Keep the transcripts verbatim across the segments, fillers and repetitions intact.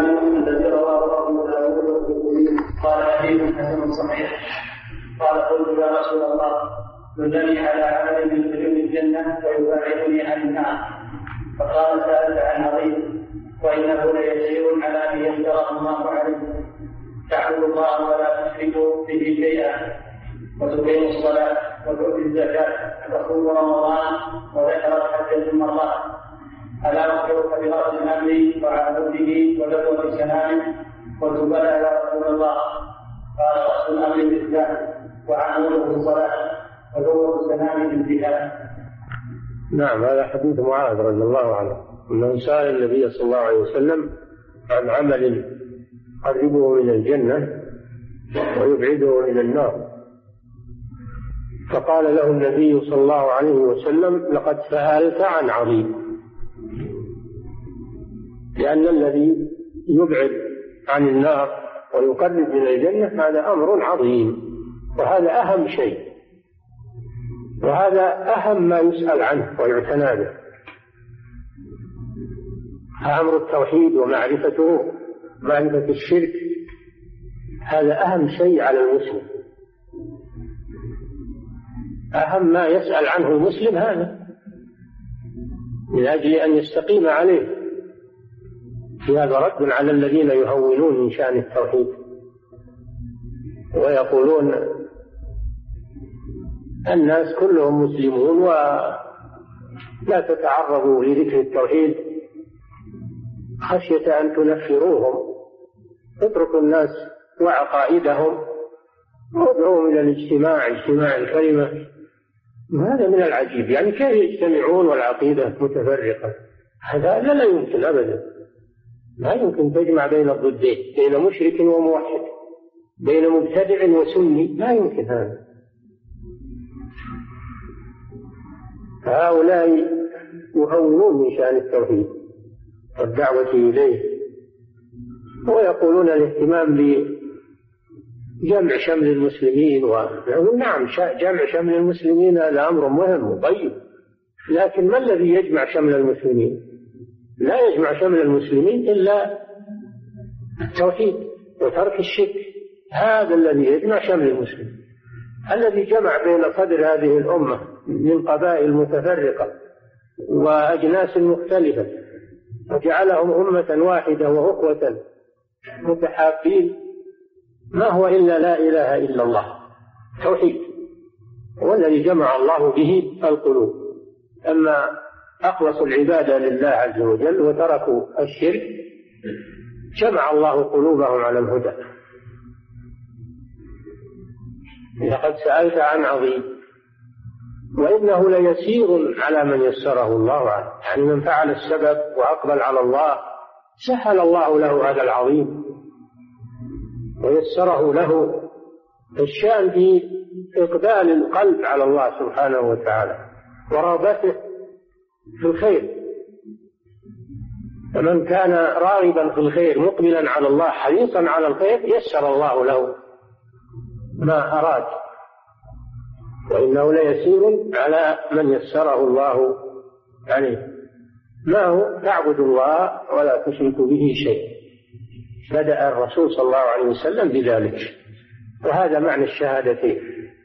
مالك الذي رواه أبو داود قال حديث حسن صحيح. قال قلت يا رسول الله دلني على عمل من دخول الجنة ويباعدني عن النار. فقال سألت عن عظيم وإنه ليسير على من يسره الله عليه تعبد الله ولا تشرك به شيئا وتقيم الصلاة وتؤتي الزكاة وتصوم رمضان وذكر الحج ثم الله ألا أخبرك برأس الأمر وعبده وذروة سنامه قلت بلى يا رسول الله. قال رأس الأمر الإسلام وعموده الصلاة وذروة سنامه الجهاد. نعم، هذا حديث معاذ رضي الله عنه أنه سأل النبي صلى الله عليه وسلم عن عمل يقربه من الجنة ويبعده من النار، فقال له النبي صلى الله عليه وسلم لقد سألت عن عظيم، لأن الذي يبعد عن النار ويقرب من الجنة هذا أمر عظيم، وهذا أهم شيء، وهذا أهم ما يسأل عنه ويعتنى به، أمر التوحيد ومعرفته، معرفة الشرك، هذا أهم شيء على المسلم، أهم ما يسأل عنه المسلم هذا من أجل أن يستقيم عليه. في هذا رد على الذين يهونون من شأن التوحيد ويقولون الناس كلهم مسلمون ولا تتعرضوا لذكر التوحيد خشية أن تنفروهم، اتركوا الناس وعقائدهم وادعوهم إلى الاجتماع، اجتماع الكلمة. هذا من العجيب، يعني كيف يجتمعون والعقيدة متفرقة؟ هذا لا, لا يمكن أبدا، لا يمكن تجمع بين الضدين، بين مشرك وموحد، بين مبتدع وسني، لا يمكن هذا. هؤلاء يهونون من شأن التوحيد والدعوة إليه، ويقولون الاهتمام بجمع شمل المسلمين و... نعم، جمع شمل المسلمين هذا أمر مهم وطيب، لكن ما الذي يجمع شمل المسلمين؟ لا يجمع شمل المسلمين إلا التوحيد وترك الشرك، هذا الذي يجمع شمل المسلمين. الذي جمع بين صدر هذه الأمة من قبائل متفرقة وأجناس مختلفة وجعلهم أمة واحدة وأخوة متحابين ما هو إلا لا إله إلا الله، توحيد، هو الذي جمع الله به القلوب. أما أخلصوا العبادة لله عز وجل وتركوا الشرك جمع الله قلوبهم على الهدى. لقد سألت عن عظيم وإنه ليسير على من يسره الله عنه، يعني من فعل السبب وأقبل على الله سهل الله له هذا العظيم ويسره له. الشأن في إقبال القلب على الله سبحانه وتعالى ورغبته في الخير، فمن كان راغبا في الخير مقبلا على الله حريصا على الخير يسر الله له ما أراد، وإنه ليسير على من يسره الله عليه. ما هو تعبد الله ولا تشرك به شيء، بدأ الرسول صلى الله عليه وسلم بذلك، وهذا معنى الشهادتين،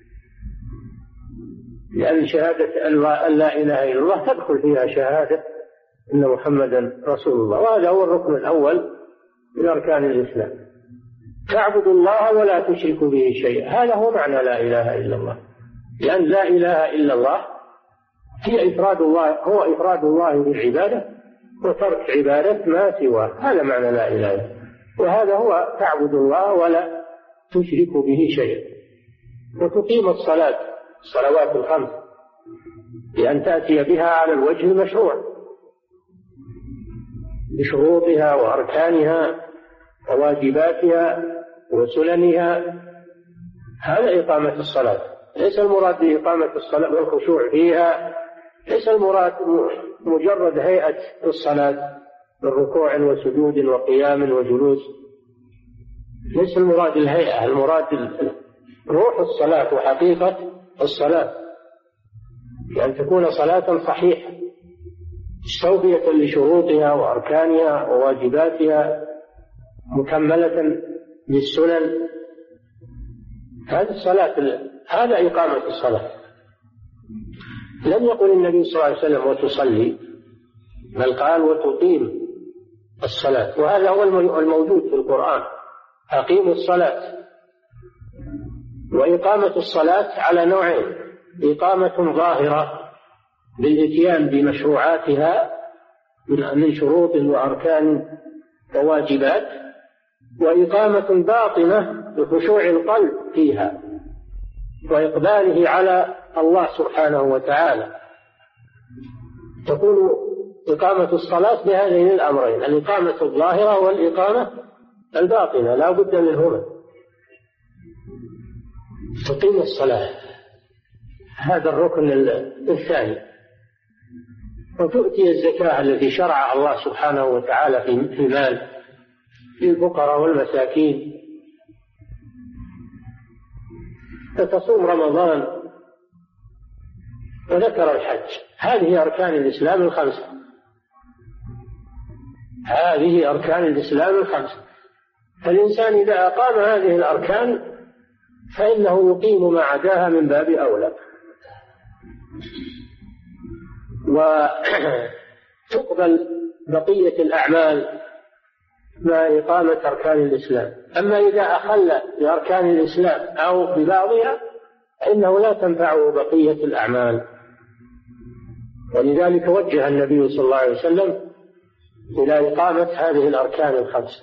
لأن شهادة أن لا إله إلا الله تدخل فيها شهادة أن محمدا رسول الله، وهذا هو الركن الأول من أركان الإسلام. تعبد الله ولا تشرك به شيئا، هذا هو معنى لا إله إلا الله، لأن لا إله إلا الله هي إفراد الله، هو إفراد الله بالعبادة وترك عبادة ما سواه، هذا معنى لا إله إلا الله، وهذا هو تعبد الله ولا تشرك به شيئا. وتقيم الصلاة، الصلوات الخمس، بأن تأتي بها على الوجه المشروع بشروطها وأركانها وواجباتها وسننها، هذا إقامة الصلاة. ليس المراد بإقامة الصلاة والخشوع فيها، ليس المراد مجرد هيئة الصلاة من ركوع وسجود وقيام وجلوس، ليس المراد الهيئة، المراد روح الصلاة وحقيقة الصلاة، بأن تكون صلاة صحيحة مستوفية لشروطها وأركانها وواجباتها مكملة للسنن، هذه الصلاة، هذا إقامة الصلاة. لم يقل النبي صلى الله عليه وسلم وتصلي، بل قال وتقيم الصلاة، وهذا هو الموجود في القرآن، أقيموا الصلاة. وإقامة الصلاة على نوعين: إقامة ظاهرة بالإتيان بمشروعاتها من شروط وأركان وواجبات، وإقامة باطنة بخشوع القلب فيها وإقباله على الله سبحانه وتعالى. تكون إقامة الصلاة بهذين الأمرين: الإقامة الظاهرة والإقامة الباطنة، لا بد منهما. تقيم الصلاة، هذا الركن الثاني. وتؤتي الزكاة التي شرعها الله سبحانه وتعالى في مال للفقراء والمساكين، وتصوم رمضان، وذكر الحج. هذه أركان الإسلام الخمسة، هذه أركان الإسلام الخمسة. فالإنسان إذا أقام هذه الأركان فإنه يقيم ما عداها من باب أولى. وتقبل بقية الأعمال مع إقامة أركان الإسلام. أما إذا أخل بأركان الإسلام أو ببعضها فإنه لا تنفعه بقية الأعمال. ولذلك وجه النبي صلى الله عليه وسلم إلى إقامة هذه الأركان الخمس.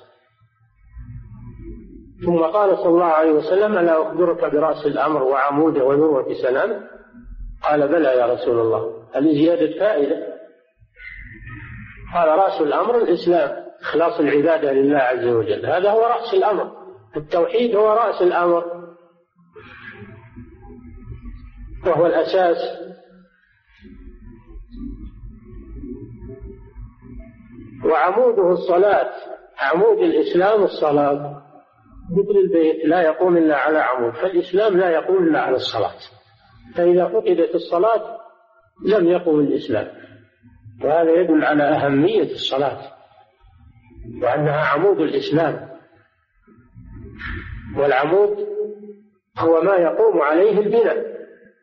ثم قال صلى الله عليه وسلم: ألا أخبرك برأس الأمر وعموده وذروة سنامه؟ قال: بلى يا رسول الله. هل زيادة فائدة؟ قال: رأس الأمر الإسلام، إخلاص العبادة لله عز وجل، هذا هو رأس الأمر. التوحيد هو رأس الأمر وهو الأساس. وعموده الصلاة، عمود الإسلام الصلاة، مثل البيت لا يقوم إلا على عمود، فالإسلام لا يقوم إلا على الصلاة. فإذا فقدت الصلاة لم يقم الإسلام. وهذا يدل على أهمية الصلاة وأنها عمود الإسلام. والعمود هو ما يقوم عليه البناء.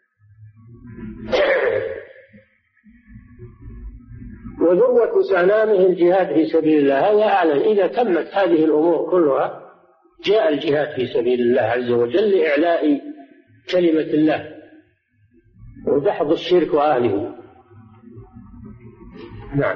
وذروة سنامه الجهاد في سبيل الله، هذا أعلن. إذا تمت هذه الأمور كلها جاء الجهاد في سبيل الله عز وجل لإعلاء كلمة الله ودحض الشرك وأهله. نعم.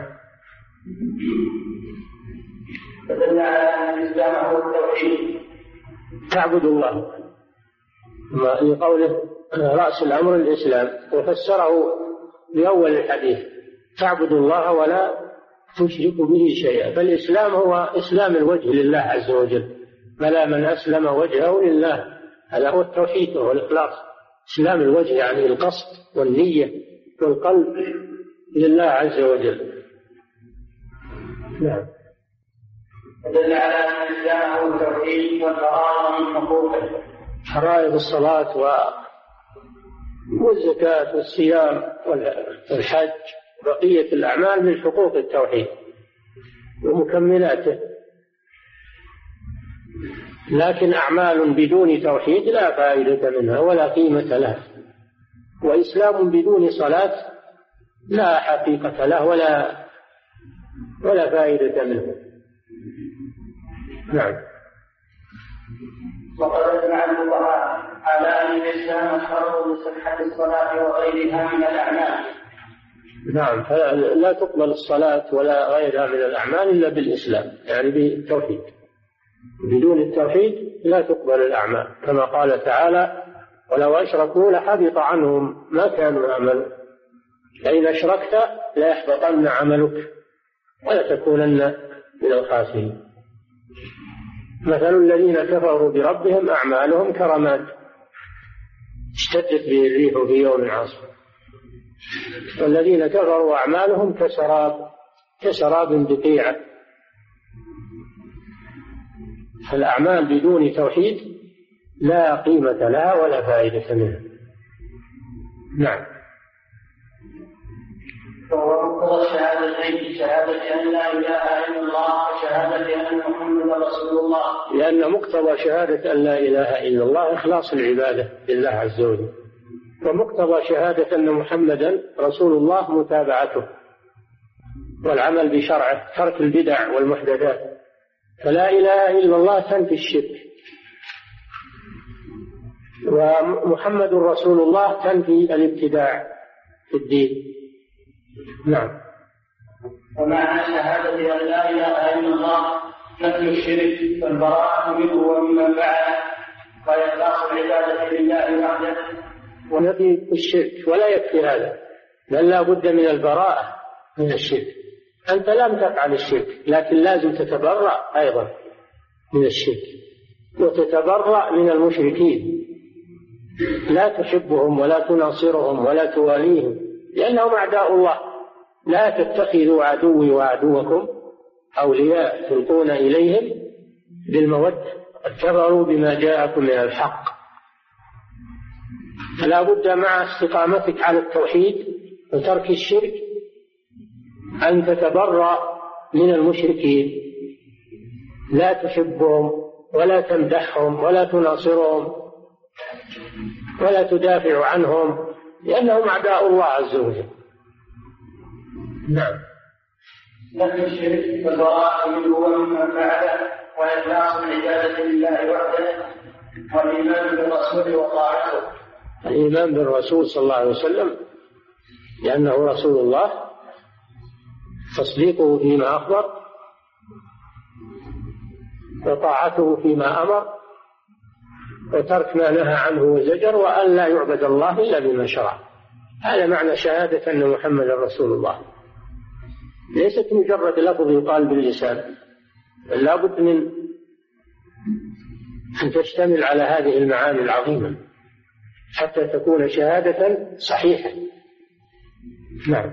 فدل على أن الإسلام هو التوحيد، تعبد الله، لقوله رأس الأمر الإسلام، وفسره بأول الحديث: تعبد الله ولا تشرك به شيئا. فالإسلام هو إسلام الوجه لله عز وجل، بلى من أسلم وجهه لله، هذا هو التوحيد وهو الإخلاص. إسلام الوجه يعني القصد والنية والقلب لله عز وجل. نعم. دل على أن الإسلام هو التوحيد والبراءة من حقوقه، فرائض الصلاة والزكاة والصيام والحج، بقية الأعمال من حقوق التوحيد ومكملاته. لكن أعمال بدون توحيد لا فائدة منها ولا قيمة لها. وإسلام بدون صلاة لا حقيقة له ولا ولا فائدة منه. نعم. وقد أجمع الفقهاء على أن الإسلام شرط لصحة الصلاة وغيرها من الأعمال. نعم، فلا تقبل الصلاة ولا غيرها من الأعمال إلا بالإسلام، يعني بالتوحيد. بدون التوحيد لا تقبل الأعمال، كما قال تعالى: ولو أشركوا لحبط عنهم ما كانوا يعملون، لئن أشركت ليحبطن عملك ولتكونن من الخاسرين. مثل الذين كفروا بربهم أعمالهم كرماد اشتدت به الريح في يوم عاصف، والذين كفروا أعمالهم كسراب كسراب بقيعة. فالأعمال بدون توحيد لا قيمة لها ولا فائدة منها. نعم. وهو مقتضى الشهادتين، شهادة أن لا إله إلا الله وشهادة أن محمدا رسول الله. لأن مقتضى شهادة أن لا إله إلا الله إخلاص العبادة لله عز وجل، ومقتضى شهادة أن محمدا رسول الله متابعته والعمل بشرعه، ترك البدع والمحدثات. فلا إله إلا الله تنفي الشرك، ومحمد رسول الله تنفي الابتداع في الدين. نعم. ومعنى شهادة أن لا إله إلا الله نفي الشرك والبراءة منه وممن فعله، وإخلاص العبادة لله وحده. ونفي الشرك ولا يكفي هذا، بل لا بد من البراءة من الشرك. أنت لم تفعل الشرك، لكن لازم تتبرأ أيضا من الشرك، وتتبرأ من المشركين، لا تحبهم ولا تناصرهم ولا تواليهم، لأنهم أعداء الله. لا تتخذوا عدوي وعدوكم أولياء تلقون إليهم بالمودة، كفروا بما جاءكم من الحق. فلا بد مع استقامتك على التوحيد وترك الشرك أن تتبرأ من المشركين، لا تحبهم ولا تمدحهم ولا تناصرهم ولا تدافع عنهم، لأنهم أعداء الله عز وجل. نعم. نفي الشرك والبراءة منه وممن فعله، وإخلاص العبادة لله وحده، والإيمان بالرسول وطاعته. الإيمان بالرسول صلى الله عليه وسلم لأنه رسول الله، تصديقه فيما أخبر، وطاعته فيما أمر، وترك ما نهى عنه وزجر، وأن لا يعبد الله إلا بما شرع. هذا معنى شهادة أن محمد رسول الله، ليست مجرد لفظ يقال باللسان، بل لا بد من أن تشتمل على هذه المعاني العظيمة حتى تكون شهادة صحيحة. نعم.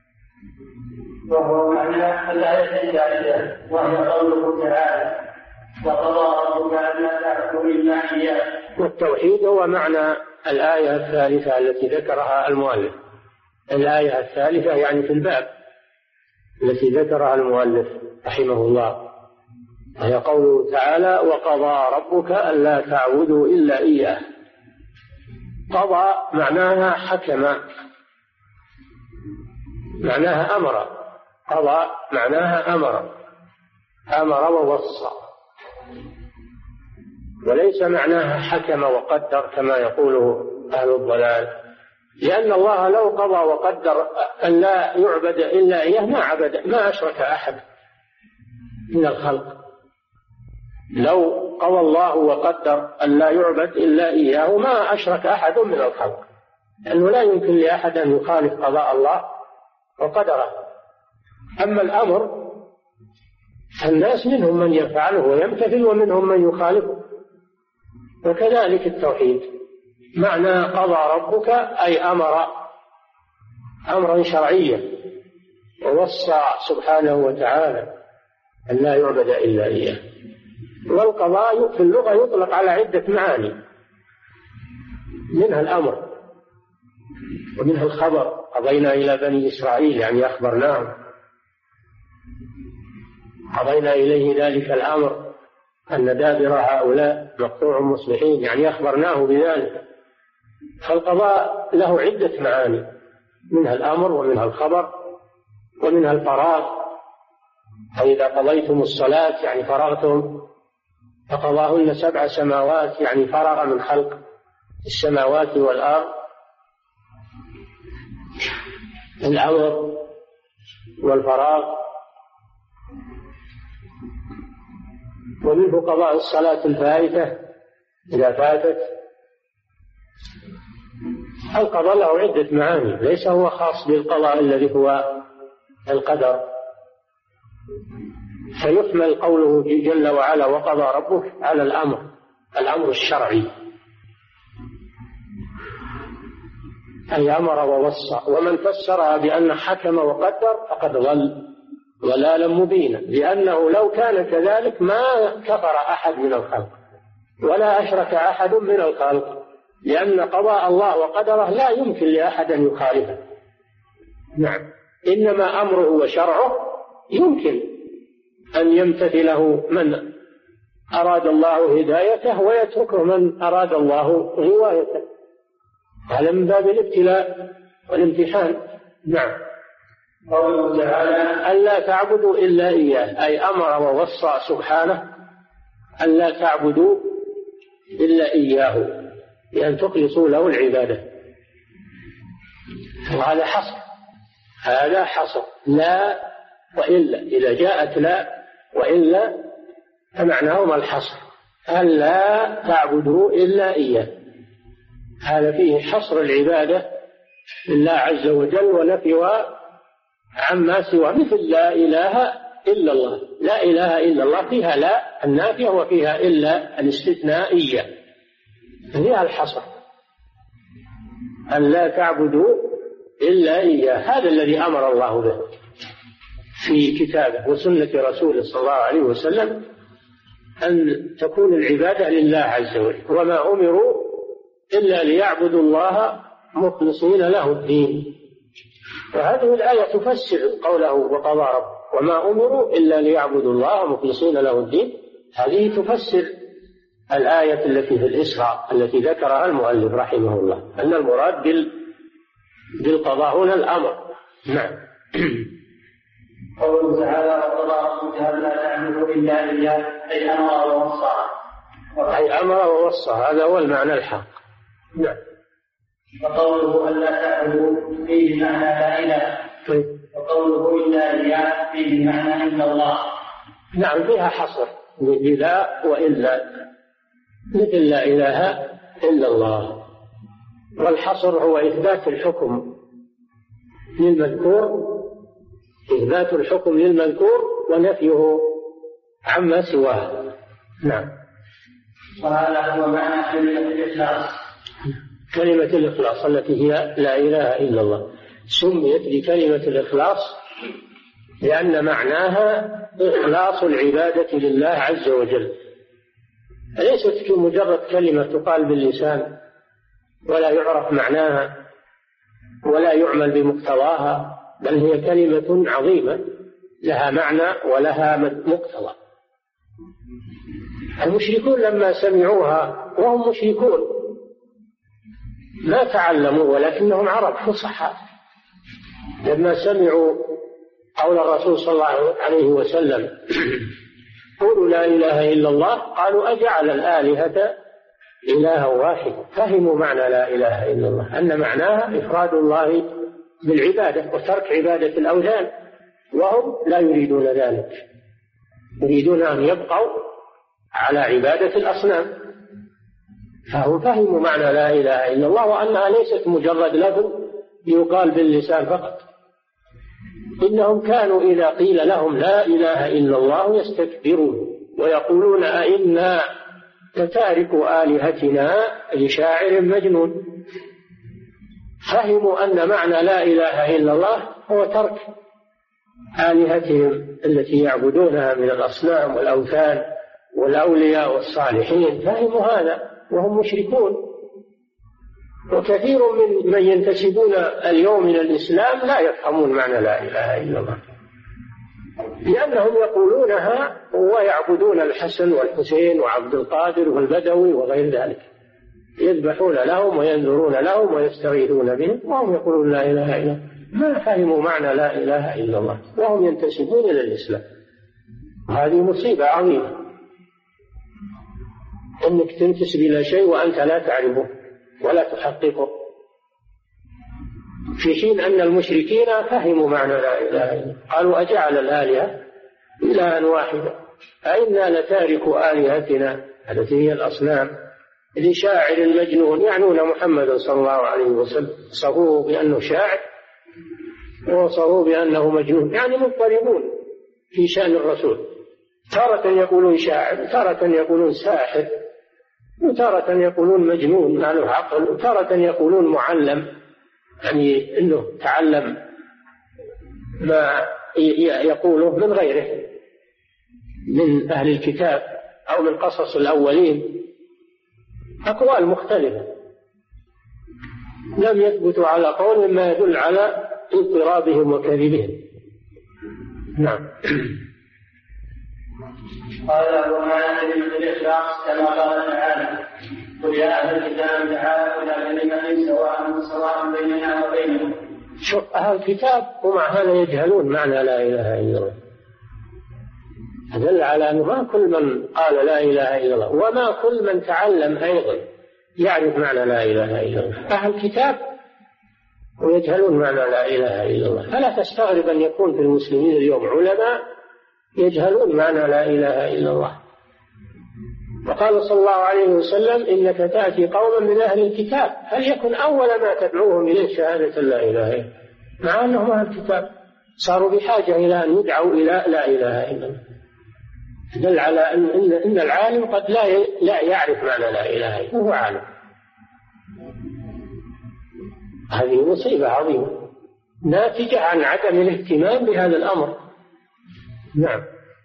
وهو معنى الآية الثالثة، وهي قوله تعالى: وقضى ربك ألا تعبدوا إلا إياه. والتوحيد هو معنى الآية الثالثة التي ذكرها المؤلف. الآية الثالثة يعني في الباب التي ذكرها المؤلف رحمه الله، وهي قوله تعالى: وقضى ربك ألا تعبدوا إلا إياه. قضى معناها حكم، معناها أمر. قضى معناها أمر، أمر ووصى، وليس معناها حكم وقدر كما يقوله أهل الضلال، لأن الله لو قضى وقدر أن لا يعبد إلا إياه ما عبد، ما أشرك أحد من الخلق. لو قضى الله وقدر أن لا يعبد إلا إياه ما أشرك أحد من الخلق، لأنه لا يمكن لأحد أن يخالف قضاء الله وقدره. أما الأمر الناس منهم من يفعله ويمتثل ومنهم من يخالفه، وكذلك التوحيد معنى قضى ربك أي أمر أمرا شرعيا، ووصى سبحانه وتعالى أن لا يعبد إلا إياه. والقضاء في اللغة يطلق على عدة معاني، منها الأمر ومنها الخبر. قضينا إلى بني إسرائيل يعني أخبرناهم، قضينا إليه ذلك الأمر أن دابر هؤلاء مقطوع مصلحين يعني أخبرناه بذلك. فالقضاء له عدة معاني، منها الأمر ومنها الخبر ومنها الفراغ. فإذا قضيتم الصلاة يعني فرغتم، فقضاهن سبع سماوات يعني فرغ من خلق السماوات والأرض. الأمر والفراغ. ومنه قضاء الصلاة الفائتة إذا فاتت. القضاء له عدة معاني، ليس هو خاص بالقضاء الذي هو القدر. فيحمل قوله جل وعلا وقضى ربك على الأمر، الأمر الشرعي، أي أمر ووصى. ومن فسرها بأن حكم وقدر فقد ضل ضلالا مبينا، لأنه لو كان كذلك ما كفر أحد من الخلق ولا أشرك أحد من الخلق، لأن قضاء الله وقدره لا يمكن لأحد أن يخالفه. نعم. إنما أمره وشرعه يمكن أن يمتثله من أراد الله هدايته ويتركه من أراد الله غوايته. هذا من باب الابتلاء والامتحان. نعم. قوله تعالى ألا تعبدوا إلا إياه، أي أمر ووصى سبحانه ألا تعبدوا إلا إياه، بأن تخلصوا له العبادة. وهذا حصر، هذا حصر، لا وإلا، إذا جاءت لا وإلا فمعناهما الحصر، ألا تعبدوا إلا إياه. هذا فيه حصر العبادة لله عز وجل ونفيها عما سوى، مثل لا إله إلا الله. لا إله إلا الله فيها لا النافية وفيها إلا الاستثنائية، فيها الحصر، أن لا تعبدوا إلا إياه. هذا الذي أمر الله به في كتابه وسنة رسوله صلى الله عليه وسلم، أن تكون العبادة لله عز وجل. وما أمروا إلا ليعبدوا الله مخلصين له الدين. وهذه الآية تفسر قوله وقضى رب وما أمروا إلا ليعبدوا الله مخلصين له الدين. هذه تفسر الآية التي في الإسراء التي ذكرها المؤلف رحمه الله، أن المراد بالقضاء هنا الأمر. نعم. قوله تعالى وقضى ربك ألا تعبدوا إلا إياه، أي أمر ووصى. أي أمر ووصى، هذا هو المعنى الحق. نعم. وقوله ألا تعبدوا فيه معنى لا إله، وقوله إلا إياه فيه معنى إلا الله. نعم، فيها حصر بلا وإلا، مثل لا إله إلا الله. والحصر هو إثبات الحكم للمذكور، إثبات الحكم للمذكور ونفيه عما سواه. نعم. وهذا هو معنى كلمة الإخلاص. كلمة الإخلاص التي هي لا إله إلا الله سميت بكلمة الإخلاص لأن معناها إخلاص العبادة لله عز وجل، ليست مجرد كلمة تقال باللسان ولا يعرف معناها ولا يعمل بمقتضاها، بل هي كلمة عظيمة لها معنى ولها مقتضى. المشركون لما سمعوها وهم مشركون ما تعلموا ولكنهم عرب فصحاء، لما سمعوا قول الرسول صلى الله عليه وسلم قولوا لا إله إلا الله، قالوا أجعل الآلهة إلها واحد. فهموا معنى لا إله إلا الله، أن معناها إفراد الله بالعبادة وترك عبادة الأوثان، وهم لا يريدون ذلك، يريدون أن يبقوا على عبادة الأصنام. فهم فهموا معنى لا إله إلا الله وأنها ليست مجرد لفظ يقال باللسان فقط، إنهم كانوا إذا قيل لهم لا إله إلا الله يستكبرون ويقولون أئنا لتارك آلهتنا لشاعر مجنون. فهموا أن معنى لا إله إلا الله هو ترك آلهتهم التي يعبدونها من الأصنام والأوثان والأولياء والصالحين، فهموا هذا وهم مشركون. وكثير من من ينتسبون اليوم إلى الإسلام لا يفهمون معنى لا إله إلا الله، لأنهم يقولونها ويعبدون الحسن والحسين وعبد القادر والبدوي وغير ذلك، يذبحون لهم وينذرون لهم ويستغيثون بهم وهم يقولون لا إله إلا الله، ما فهموا معنى لا إله إلا الله وهم ينتسبون إلى الإسلام. هذه مصيبة عظيمة، أنك تنتسب إلى شيء وأنت لا تعرفه ولا تحققه، في حين أن المشركين فهموا معنى لا إله إلا الله، قالوا أجعل الآلهة إلها واحدة أئنا لتارك آلهتنا التي هي الأصنام لشاعر مجنون، يعنون محمد صلى الله عليه وسلم، صفوه بأنه شاعر وصفوه بأنه مجنون، يعني مضطربون في شأن الرسول، تارة يقولون شاعر، تارة يقولون ساحر، وتارة يقولون مجنون ما له عقل، وتارة يقولون معلم، يعني أنه تعلم ما يقوله من غيره من أهل الكتاب أو من قصص الأولين، أقوال مختلفة لم يثبتوا على قول ما يدل على اضطرابهم وكذبهم. نعم. قال وما يدري من الإخلاص كما قال تعالى قل يا أهل الكتاب تعالوا إلى كلمة سواء سواء بيننا وبينكم. شوف أهل الكتاب ومع هذا يجهلون معنى لا إله إلا الله. دل على أنه ما كل من قال لا إله إلا الله وما كل من تعلم أيضا يعرف معنى لا إله إلا الله. أهل الكتاب ويجهلون معنى لا إله إلا الله. فلا تستغرب أن يكون في المسلمين اليوم علماء يجهلون معنى لا إله إلا الله. وقال صلى الله عليه وسلم إنك تأتي قوما من أهل الكتاب فليكن أول ما تدعوهم إليه شهادة لا إله إلا الله، مع أنهم أهل الكتاب صاروا بحاجة إلى أن يدعوا إلى لا إله إلا الله. دل على أن, إن, إن العالم قد لا, لا يعرف معنى لا إله إلا الله وهو عالم. هذه مصيبة عظيمة ناتجة عن عدم الاهتمام بهذا الأمر. نعم.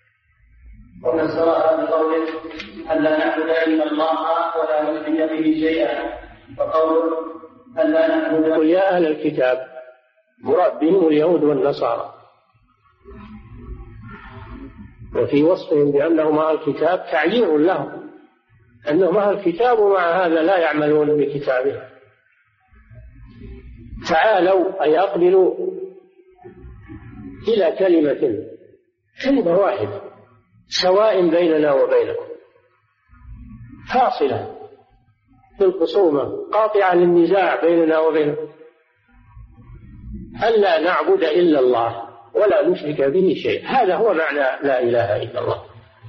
وفسرها بقوله ألا نعبد إلا الله ولا نشرك به شيئا، وقوله ألا نعبد. قل يا أهل الكتاب مراد بهم اليهود والنصارى، وفي وصفهم بأنهم أهل الكتاب تعيير لهم أنهم أهل الكتاب ومع هذا لا يعملون بكتابه. تعالوا أي أقبلوا إلى كلمة كلمة واحدة سواء بيننا وبينكم، فاصلة بالخصومة قاطعة للنزاع بيننا وبينكم، ألا نعبد إلا الله ولا نشرك به شيء. هذا هو معنى لا إله إلا الله،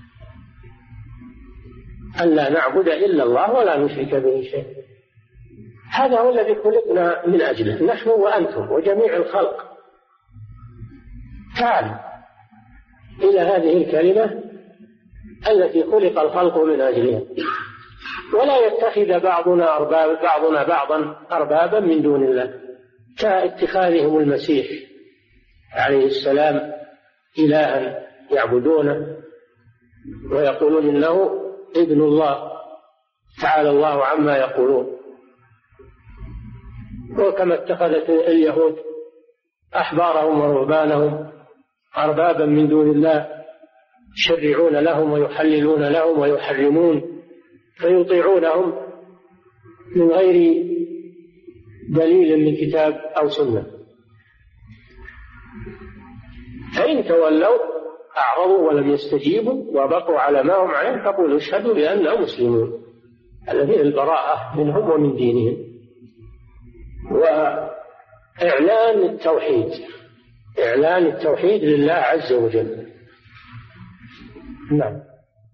ألا نعبد إلا الله ولا نشرك به شيء. هذا هو الذي خلقنا من أجله نحن وأنتم وجميع الخلق. تعالوا إلى هذه الكلمة التي خلق الخلق من أجلها، ولا يتخذ بعضنا أرباب بعضنا بعضا أربابا من دون الله كاتخاذهم المسيح عليه السلام إلها يعبدونه ويقولون إنه ابن الله تعالى الله عما يقولون. وكما اتخذت اليهود أحبارهم ورهبانهم أربابا من دون الله يشرعون لهم ويحللون لهم ويحرمون فيطيعونهم من غير دليل من كتاب أو سنة. فإن تولوا أعرضوا ولم يستجيبوا وبقوا على ما هم عليه فقولوا اشهدوا بأننا مسلمون. الذين البراءة منهم ومن دينهم. وإعلان التوحيد، إعلان التوحيد لله عز وجل. نعم.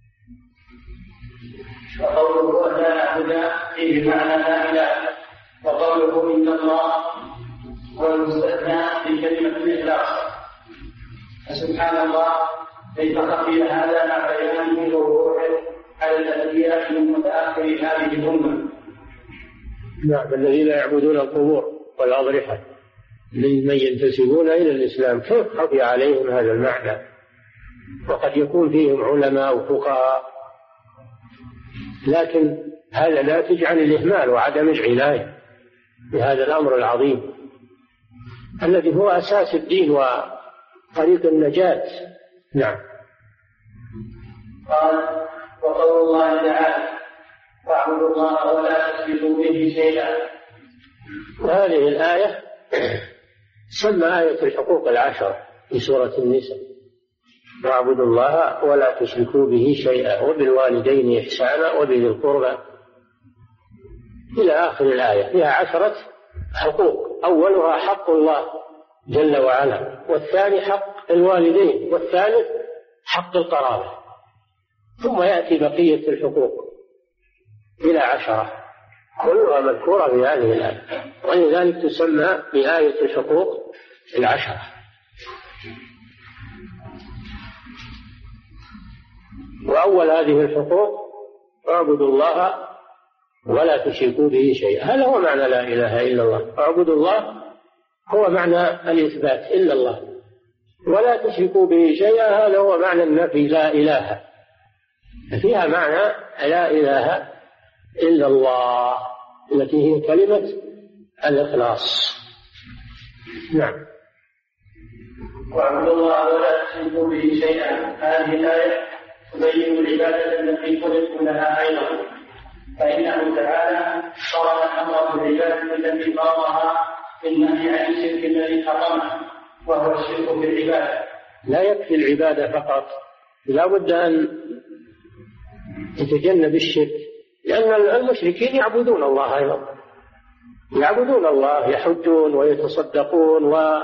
وقوله لا نعبد فيه بمعنى لا إله، وقوله إن الله هو المستثنى في كلمة الإخلاص. فسبحان الله كيف خفي هذا مع بيانه ووضوحه على الأنبياء من متأخر هذه الأمة. نعم. الذين يعبدون القبور والأضرحة من ينتسبون إلى الإسلام كيف خفي عليهم هذا المعنى؟ وقد يكون فيهم علماء وفقهاء، لكن هذا ناتج عن الإهمال وعدم العناية بهذا الأمر العظيم الذي هو أساس الدين وطريق النجاة. نعم. قال وقول الله تعالى واعبدوا الله ولا تشركوا به شيئا. وهذه الآية سمى آية الحقوق العشرة في سورة النساء. واعبدوا الله ولا تشركوا به شيئا وبالوالدين إحسانا وبذي القربى إلى آخر الآية. فيها عشرة حقوق، أولها حق الله جل وعلا، والثاني حق الوالدين، والثالث حق القرابة، ثم يأتي بقية الحقوق إلى عشرة كلها مذكورة في هذه الآية، ولذلك تسمى بآية الحقوق العشرة. وأول هذه الحقوق اعبدوا الله ولا تشركوا به شيئا. هذا هو معنى لا إله إلا الله. اعبدوا الله هو معنى الإثبات إلا الله، ولا تشركوا به شيئا هذا هو معنى النفي لا إله. فيها معنى لا إله إلا الله التي هي كلمة الإخلاص. نعم. واعبدوا الله ولا تشركوا به شيئا. هذه الآية تبين العبادة التي خلقوا لها أيضا، فإنه تعالى قرن الأمر بالعبادة التي فرضها بالنهي عن الشرك الذي حرمه وهو الشرك بالعبادة. لا يكفي العبادة فقط، لا بد أن يتجنب الشرك، لأن المشركين يعبدون الله أيضا، يعبدون الله، يحجون ويتصدقون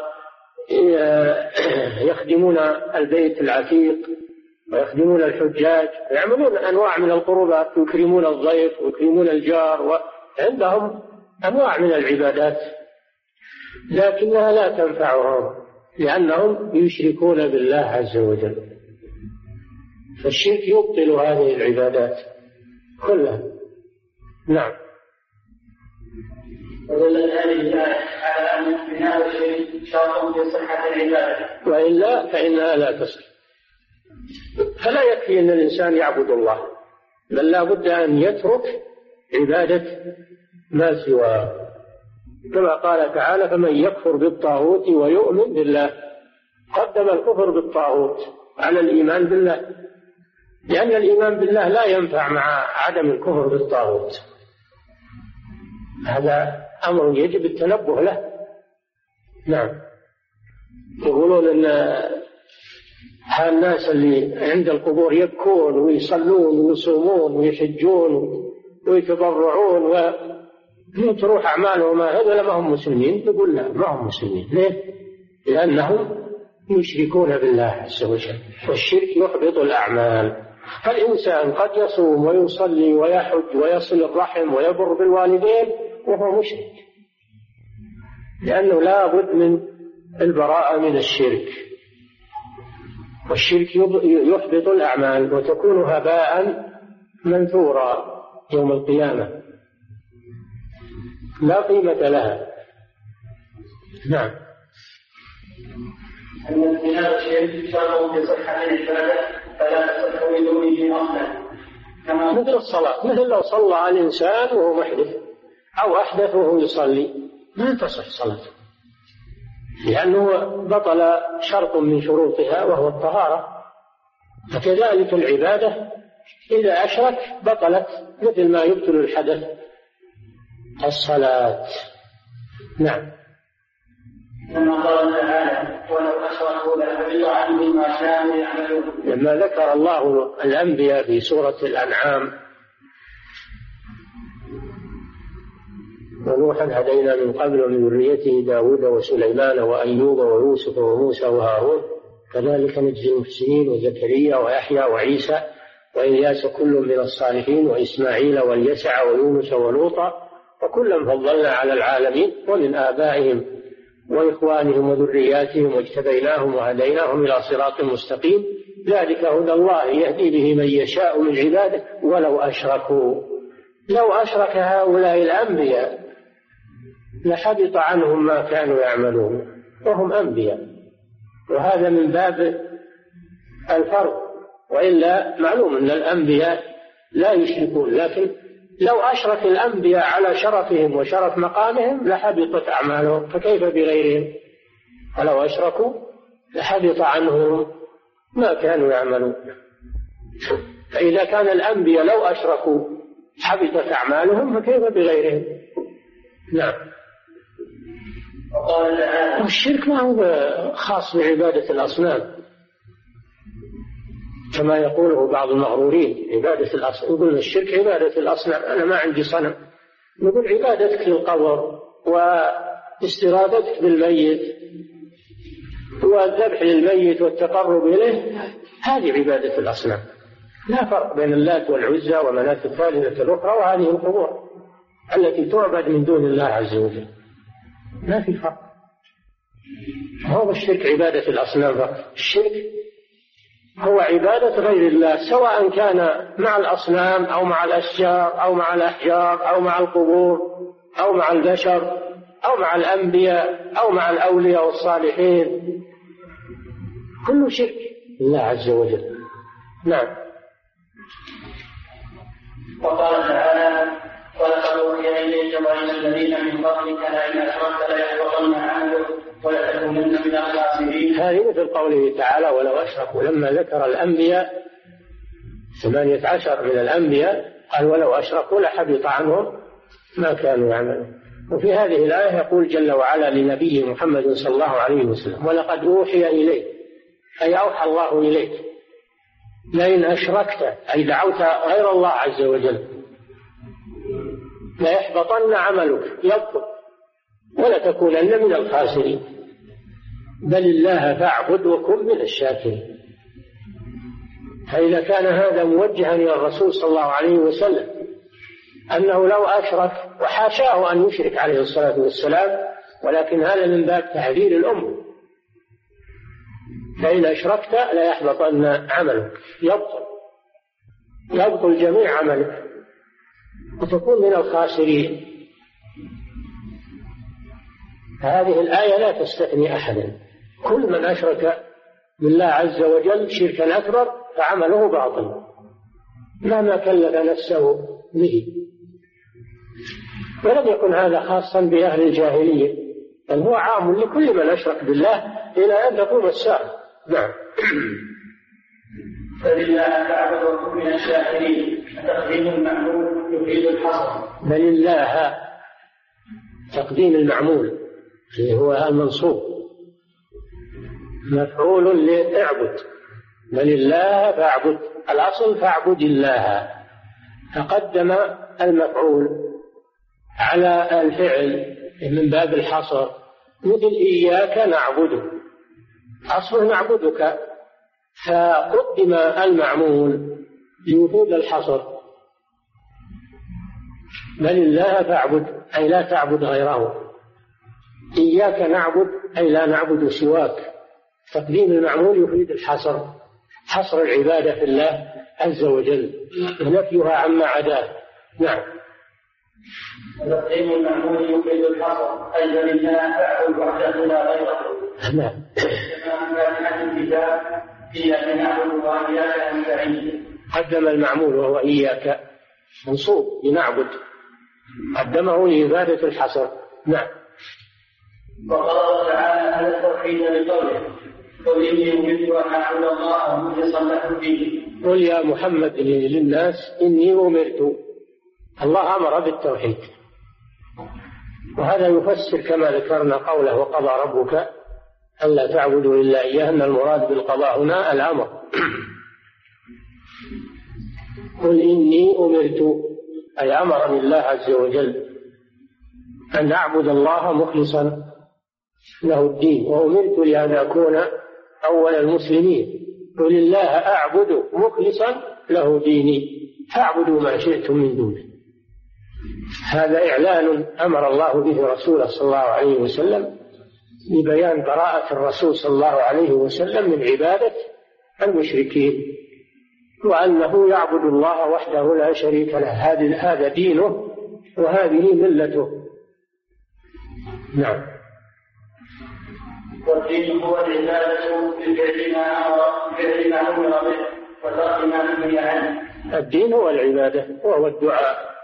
ويخدمون البيت العتيق ويخدمون الحجاج ويعملون أنواع من القربات، يكرمون الضيف ويكرمون الجار، وعندهم أنواع من العبادات، لكنها لا تنفعهم لأنهم يشركون بالله عز وجل. فالشرك يبطل هذه العبادات كلها. نعم. ودلت هذه الآية على أن هذا الشرك شرط في صحة العبادة، وإلا فإنها لا تصح. فلا يكفي أن الإنسان يعبد الله، بل لا بد أن يترك عبادة ما سواه، كما قال تعالى: فمن يكفر بالطاغوت ويؤمن بالله. قدم الكفر بالطاغوت على الإيمان بالله، لأن الإيمان بالله لا ينفع مع عدم الكفر بالطاغوت. هذا أمر يجب التنبه له. نعم. يقولون أن الناس اللي عند القبور يبكون ويصلون ويصومون ويحجون ويتضرعون وتروح أعمالهم، هذا ما هم مسلمين. نقول لا، ما هم مسلمين. ليه؟ لأنهم يشركون بالله عز وجل، والشرك يحبط الأعمال. فالإنسان قد يصوم ويصلي ويحج ويصل الرحم ويبر بالوالدين وهو مشرك، لأنه لا بد من البراءة من الشرك، والشرك يحبط الأعمال وتكون هباء منثورا يوم القيامة، لا قيمة لها. نعم. أن هذا الشرك شرط في صحة العبادة فلا تصح بدونه أصلا، مثل الصلاة، مثل لو صلى الإنسان وهو محدث أو أحدث وهو يصلي ما تصح صلاته، لأنه بطل شرط من شروطها وهو الطهارة. فكذلك العبادة إذا أشرك بطلت، مثل ما يبطل الحدث الصلاة. نعم. لما قال تعالى: ولو أشركوا لحبط عنهم ما كانوا يعملون. لما ذكر الله الأنبياء في سورة الأنعام: ونوحا هدينا من قبل ومن ذريته داود وسليمان وأيوب ويوسف وموسى وهارون كذلك نجزي المحسنين، وزكريا ويحيى وعيسى وإلياس كل من الصالحين، وإسماعيل واليسع ويونس ولوطا وكلا فضلنا على العالمين، ومن آبائهم وإخوانهم وذرياتهم واجتبيناهم وهديناهم إلى صراط مستقيم، ذلك هدى الله يهدي به من يشاء من عباده ولو أشركوا. لو أشرك هؤلاء الأنبياء لحبط عنهم ما كانوا يعملون، وهم أنبياء، وهذا من باب الفرق. وإلا معلوم أن الأنبياء لا يشركون، لكن لو أشرك الأنبياء على شرفهم وشرف مقامهم لحبطت أعمالهم، فكيف بغيرهم؟ ولو أشركوا لحبط عنهم ما كانوا يعملون. فإذا كان الأنبياء لو أشركوا حبطت أعمالهم فكيف بغيرهم؟ نعم. والشرك ما هو خاص بعبادة الأصنام كما يقوله بعض المغرورين، عبادة الأصنام. يقول الشرك عبادة الأصنام، أنا ما عندي صنم. نقول عبادتك للقبر واستغاثتك بالميت والذبح للميت والتقرب إليه، هذه عبادة الأصنام. لا فرق بين اللات والعزى ومناة الثالثة الأخرى وهذه القبور التي تعبد من دون الله عز وجل، ما في فرق. هو الشرك عبادة الأصنام فقط. الشرك هو عبادة غير الله، سواء كان مع الأصنام أو مع الأشجار أو مع الأحجار أو مع القبور أو مع البشر أو مع الأنبياء أو مع الأولياء والصالحين، كله شرك لله عز وجل. نعم. وقال تعالى: ولقد أوحي إليك وإلى الذين من قبلك لئن أشركت ليحبطن عملك ولتكونن من الخاسرين. هذه مثل قوله تعالى ولو أشركوا، لما ذكر الأنبياء ثمانية عشر من الأنبياء قال ولو أشركوا لحبط عنهم ما كانوا يعملون. وفي هذه الآية يقول جل وعلا لنبيه محمد صلى الله عليه وسلم ولقد أوحي إليك، أي أوحى الله إليك لئن أشركت، أي دعوت غير الله عز وجل، ليحبطن عملك، يبطل ولا تكونن من الخاسرين، بل الله فاعبد وكن من الشاكرين. فإذا كان هذا موجها إلى الرسول صلى الله عليه وسلم أنه لو أشرك، وحاشاه أن يشرك عليه الصلاة والسلام، ولكن هذا من باب تحذير الأمة، فإن أشركت لا يحبطن عملك، يبطل يبطل جميع عملك وتكون من الخاسرين. هذه الآية لا تستثني أحدا، كل من أشرك بالله عز وجل شركا أكبر فعمله باطل مهما كلف نفسه به. ولم يكن هذا خاصا بأهل الجاهلية، بل هو عام لكل من أشرك بالله إلى أن تقوم الساعة. نعم. فلله فاعبد وكن من الشاكرين. تقديم المعمول يفيد الحصر. بل الله تقديم المعمول هو المنصوب مفعول لإعبد، بل الله فاعبد، الأصل فاعبد الله، فقدم المفعول على الفعل من باب الحصر، مثل إياك نعبد، أصله نعبدك، فقدم المعمول لوجود الحصر. بل الله فاعبد أي لا تعبد غيره، إياك نعبد أي لا نعبد سواك. تقديم المعمول يفيد الحصر، حصر العبادة في الله عز وجل ونفيها عما عداه. نعم. تقديم المعمول يفيد الحصر، أي لله فاعبد وحده لا غيره. نعم. كما كان الكتاب إياك نعبد وإياك نستعين. قدم المعمول وهو إياك منصوب بنعبد، قدمه لإفادة الحصر. نعم. وقال تعالى على التوحيد بقوله قل إني أمرت أن أعبد الله مخلصا له الدين. قل يا محمد للناس إني أمرت، الله أمر بالتوحيد، وهذا يفسر كما ذكرنا قوله وقضى ربك ألا تعبدوا إلا إياه، أن المراد بالقضاء هنا الأمر. قل إني أمرت أي أمرني الله عز وجل أن أعبد الله مخلصا له الدين، وأمرت لأن أكون أول المسلمين. قل الله أعبد مخلصا له ديني فاعبدوا ما شئتم من دونه. هذا إعلان أمر الله به رسوله صلى الله عليه وسلم لبيان براءة الرسول صلى الله عليه وسلم من عبادة المشركين، وأنه يعبد الله وحده لا شريك له، هذا دينه وهذه ملته. نعم. والدين هو العبادة بفعل ما أمر به وترك ما نهي عنه. الدين هو العبادة وهو الدعاء.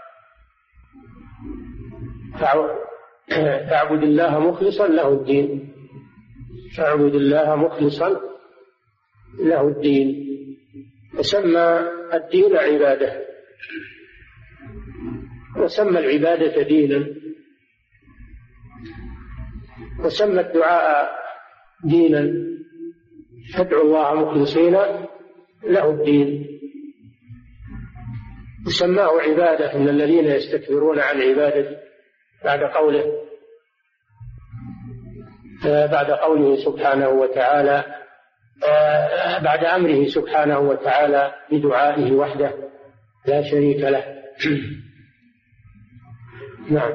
فاعبد الله مخلصا له الدين، فاعبد الله مخلصا له الدين، وسمى الدين عبادة، وسمى العبادة دينا، وسمى الدعاء دينا، فادعوا الله مخلصين له الدين، وسماه عبادة من الذين يستكبرون عن عبادته بعد قوله بعد قوله سبحانه وتعالى بعد أمره سبحانه وتعالى بدعائه وحده لا شريك له. نعم.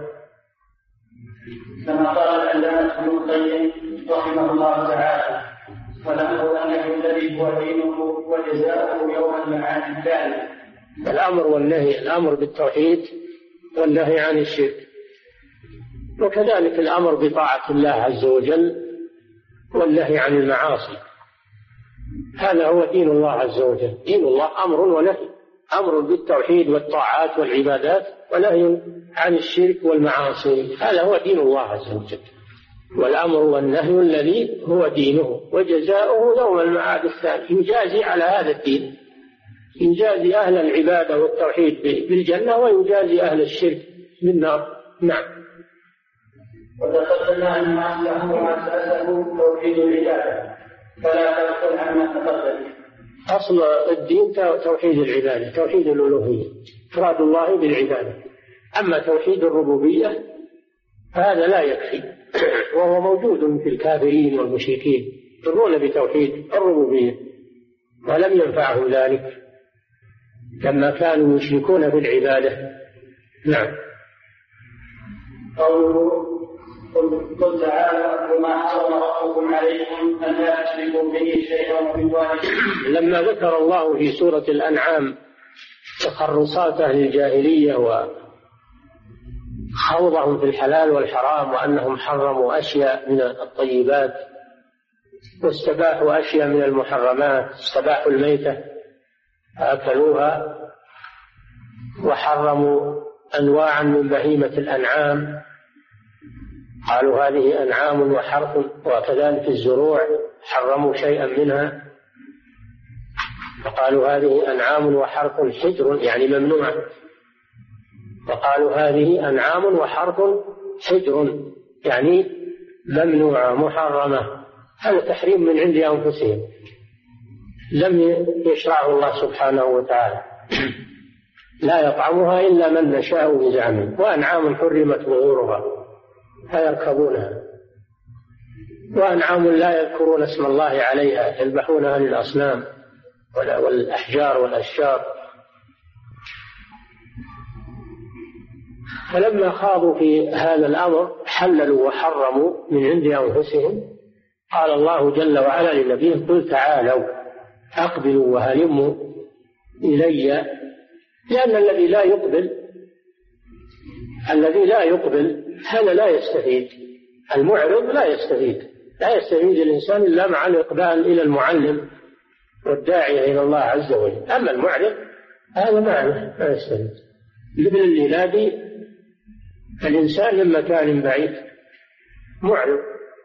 كما قال العلامة ابن القيم رحمه الله تعالى ونحو أنه الذي هو دينه وجزاؤه يوم المعاد الثالث. الأمر والنهي، الأمر بالتوحيد والنهي عن الشرك، وكذلك الأمر بطاعة الله عز وجل والنهي عن المعاصي. هذا هو دين الله عز وجل. دين الله أمر ونهي، أمر بالتوحيد والطاعات والعبادات ونهي عن الشرك والمعاصي، هذا هو دين الله عز وجل. والأمر والنهي الذي هو دينه، وجزاؤه يوم المعاد الثاني يجازي على هذا الدين، يجازي أهل العبادة والتوحيد بالجنة ويجازي أهل الشرك بالنار. نعم. وتقدمنا أن أصله وأساسه توحيد العبادة، فلا تغفل عما تقدم. أصل الدين توحيد العبادة، توحيد الألوهية، إفراد الله بالعبادة. أما توحيد الربوبية هذا لا يكفي، وهو موجود في الكافرين والمشركين يقرون بتوحيد الربوبية ولم ينفعهم ذلك لما كانوا يشركون بالعبادة. نعم. قوله قل تعالى وما حرم ربكم عليكم أن لا تشركوا به شيئا وبالوالدين. لما ذكر الله في سورة الأنعام تخرصات أهل الجاهلية وخوضهم في الحلال والحرام وأنهم حرموا أشياء من الطيبات واستباحوا أشياء من المحرمات، استباحوا الميتة أكلوها، وحرموا أنواعا من بهيمة الأنعام، قالوا هذه أنعام وحرث، وكذلك الزروع حرموا شيئا منها وقالوا هذه أنعام وحرث حجر يعني ممنوع، وقالوا هذه أنعام وحرث حجر يعني ممنوعة محرمة. هذا تحريم من عند أنفسهم لم يشرعه الله سبحانه وتعالى، لا يطعمها إلا من نشاء بزعمه، وأنعام حرمت ظهورها فيركبونها، وأنعام لا يذكرون اسم الله عليها يذبحونها للأصنام والأحجار والأشجار. فلما خاضوا في هذا الأمر حللوا وحرموا من عند أنفسهم، قال الله جل وعلا لنبيه قل تعالوا أقبلوا وهلموا إلي، لأن الذي لا يقبل الذي لا يقبل هذا لا يستفيد، المعرض لا يستفيد، لا يستفيد الإنسان إلا مع الإقبال إلى المعلم والداعية إلى الله عز وجل. أما المعرض هذا ما لا يستفيد. مثل اللي ينادي الإنسان من مكان بعيد معرض.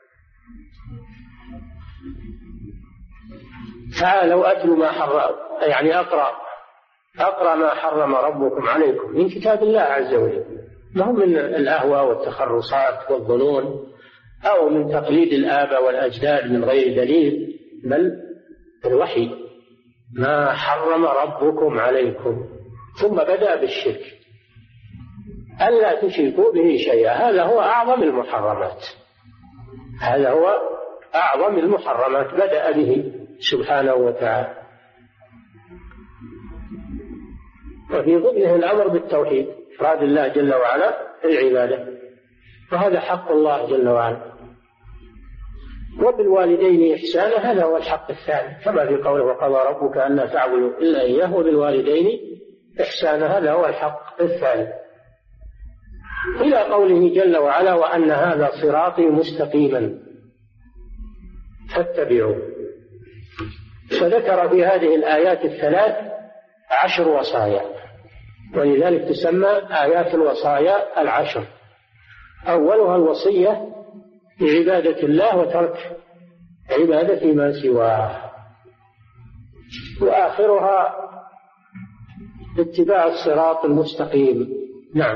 تعالوا أتلوا ما حرم يعني أقرأ أقرأ ما حرم ربكم عليكم من كتاب الله عز وجل، ما هو من الأهواء والتخرصات والظنون أو من تقليد الآباء والأجداد من غير دليل، بل الوحي ما حرم ربكم عليكم. ثم بدأ بالشرك ألا تشركوا به شيئا، هذا هو أعظم المحرمات، هذا هو أعظم المحرمات بدأ به سبحانه وتعالى. وفي ضمنه الأمر بالتوحيد إفراد الله جل وعلا العبادة، وهذا حق الله جل وعلا. وبالوالدين إحسانا هذا هو الحق الثاني، كما في قوله وقضى ربك ألا تعبدوا إلا إياه وبالوالدين إحسانا هذا هو الحق الثاني، إلى قوله جل وعلا وأن هذا صراطي مستقيما فاتبعوا. فذكر في هذه الآيات الثلاث عشر وصايا، ولذلك تسمى آيات الوصايا العشر. أولها الوصية بعبادة الله وترك عبادة ما سواه، وآخرها اتباع الصراط المستقيم. نعم.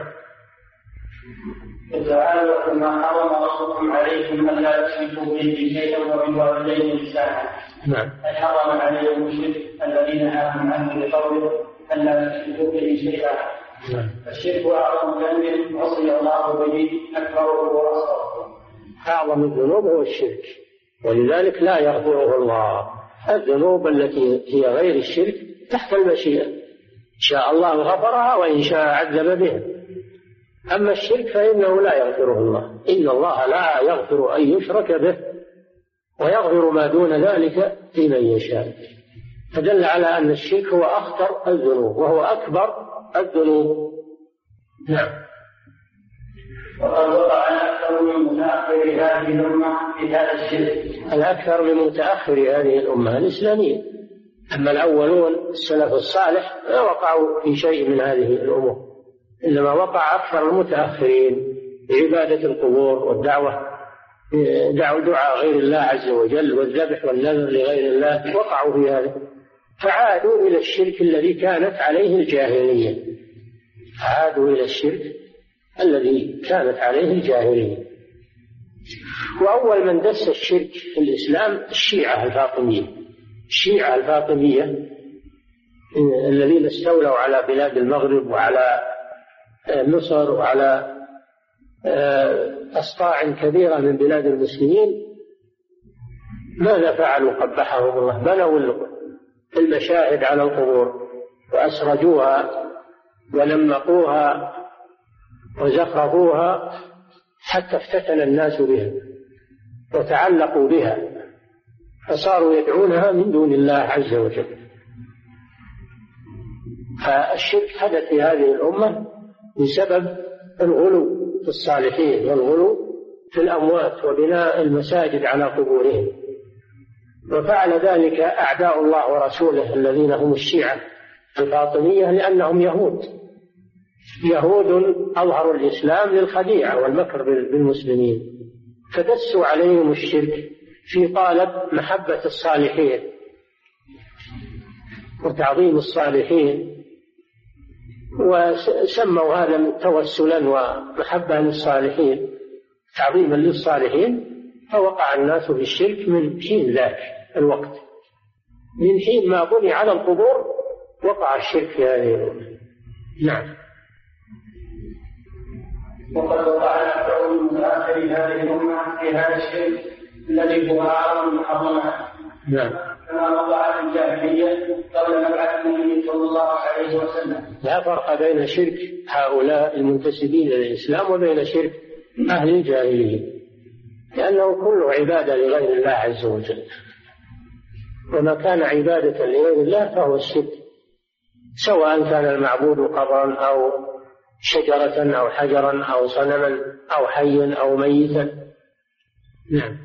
تعالوا كما حرم ربكم عليكم أن لا تشركوا به شيئا وبالوالدين إحسانا. نعم. أي حرم عليهم الشرك الذين نهاهم عنه بقوله أن لا تشركوا به شيئا. نعم. الشرك أعظم ذنب عصي الله به أكبره وأصغره. أعظم الذنوب هو الشرك، ولذلك لا يغفره الله. الذنوب التي هي غير الشرك تحت المشيئة، إن شاء الله غفرها وإن شاء عذب بها. أما الشرك فإنه لا يغفره الله، إن الله لا يغفر أن يشرك به ويغفر ما دون ذلك لمن يشاء. فدل على أن الشرك هو أخطر الذنوب وهو أكبر الذنوب. نعم. وقد وقع الأكثر من متأخر هذه الأمة في هذا الشرك. الأكثر من متأخر هذه الأمة الإسلامية، أما الأولون السلف الصالح لا وقعوا في شيء من هذه الأمور، إنما وقع أكثر المتأخرين بعبادة القبور والدعوة دعاء غير الله عز وجل والذبح والنذر لغير الله، وقعوا في هذا فعادوا إلى الشرك الذي كانت عليه الجاهلية، عادوا إلى الشرك الذي كانت عليه الجاهلية. وأول من دس الشرك في الإسلام الشيعة الفاطمية، الشيعة الفاطمية الذين استولوا على بلاد المغرب وعلى مصر وعلى أصقاع كبيرة من بلاد المسلمين. ماذا فعلوا قبحهم الله؟ بنوا المشاهد على القبور وأسرجوها ونمقوها وزخرفوها حتى افتتن الناس بها وتعلقوا بها، فصاروا يدعونها من دون الله عز وجل. فالشرك حدث في هذه الأمة بسبب الغلو في الصالحين والغلو في الأموات وبناء المساجد على قبورهم، وفعل ذلك أعداء الله ورسوله الذين هم الشيعة الفاطمية، لأنهم يهود يهود أظهروا الإسلام للخديعة والمكر بالمسلمين، فدسوا عليهم الشرك في طالب محبة الصالحين وتعظيم الصالحين، وسموا هذا توسلا ومحبة للصالحين تعظيما للصالحين، فوقع الناس في الشرك من حين ذاك الوقت، من حين ما بني على القبور وقع الشرك في هذه الأمة. نعم. وقد وقع الأكثر من متأخر هذه الأمة في هذا الشرك الذي هو أعظم المحرمات. نعم. كما وقع في الجاهلية قبل مبعث النبي صلى الله عليه وسلم. لا فرق بين شرك هؤلاء المنتسبين للإسلام وبين شرك أهل الجاهلية، لأنه كله عبادة لغير الله عز وجل، وما كان عبادة لغير الله فهو الشرك، سواء كان المعبود قبرا أو شجرة أو حجرا أو صنما أو حيا أو ميتا. نعم.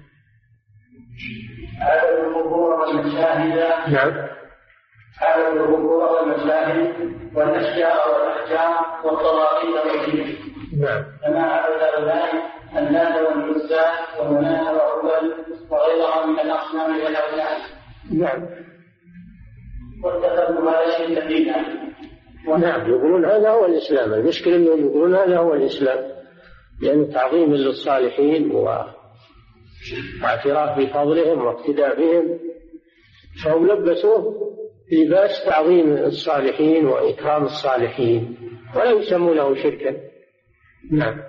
عدد القبور والمشاهد. نعم. عدد القبور والمشاهد والأشجار والأحجار والطواغيت والجن. نعم. كما عبد هؤلاء اللات والعزى ومناة وعبد وغيرها من الأصنام والأوثان. نعم. واتخذوا هذا الشرك دينا. نعم. يقولون هذا هو الإسلام. المشكلة أنهم يقولون هذا هو الإسلام، لأن تعظيم للصالحين واعتراف بفضلهم واقتداء بهم، فهم لبسوه لباس تعظيم الصالحين وإكرام الصالحين ولا يسمونه شركا. نعم.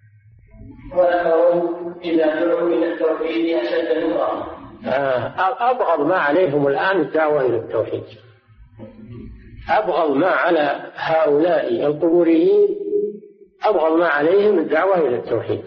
ولكن إذا دعوا إلى التوحيد أشد نورا. أبغض ما عليهم الآن الدعوة إلى التوحيد، أبغض ما على هؤلاء القبوريين، أبغض ما عليهم الدعوة إلى التوحيد،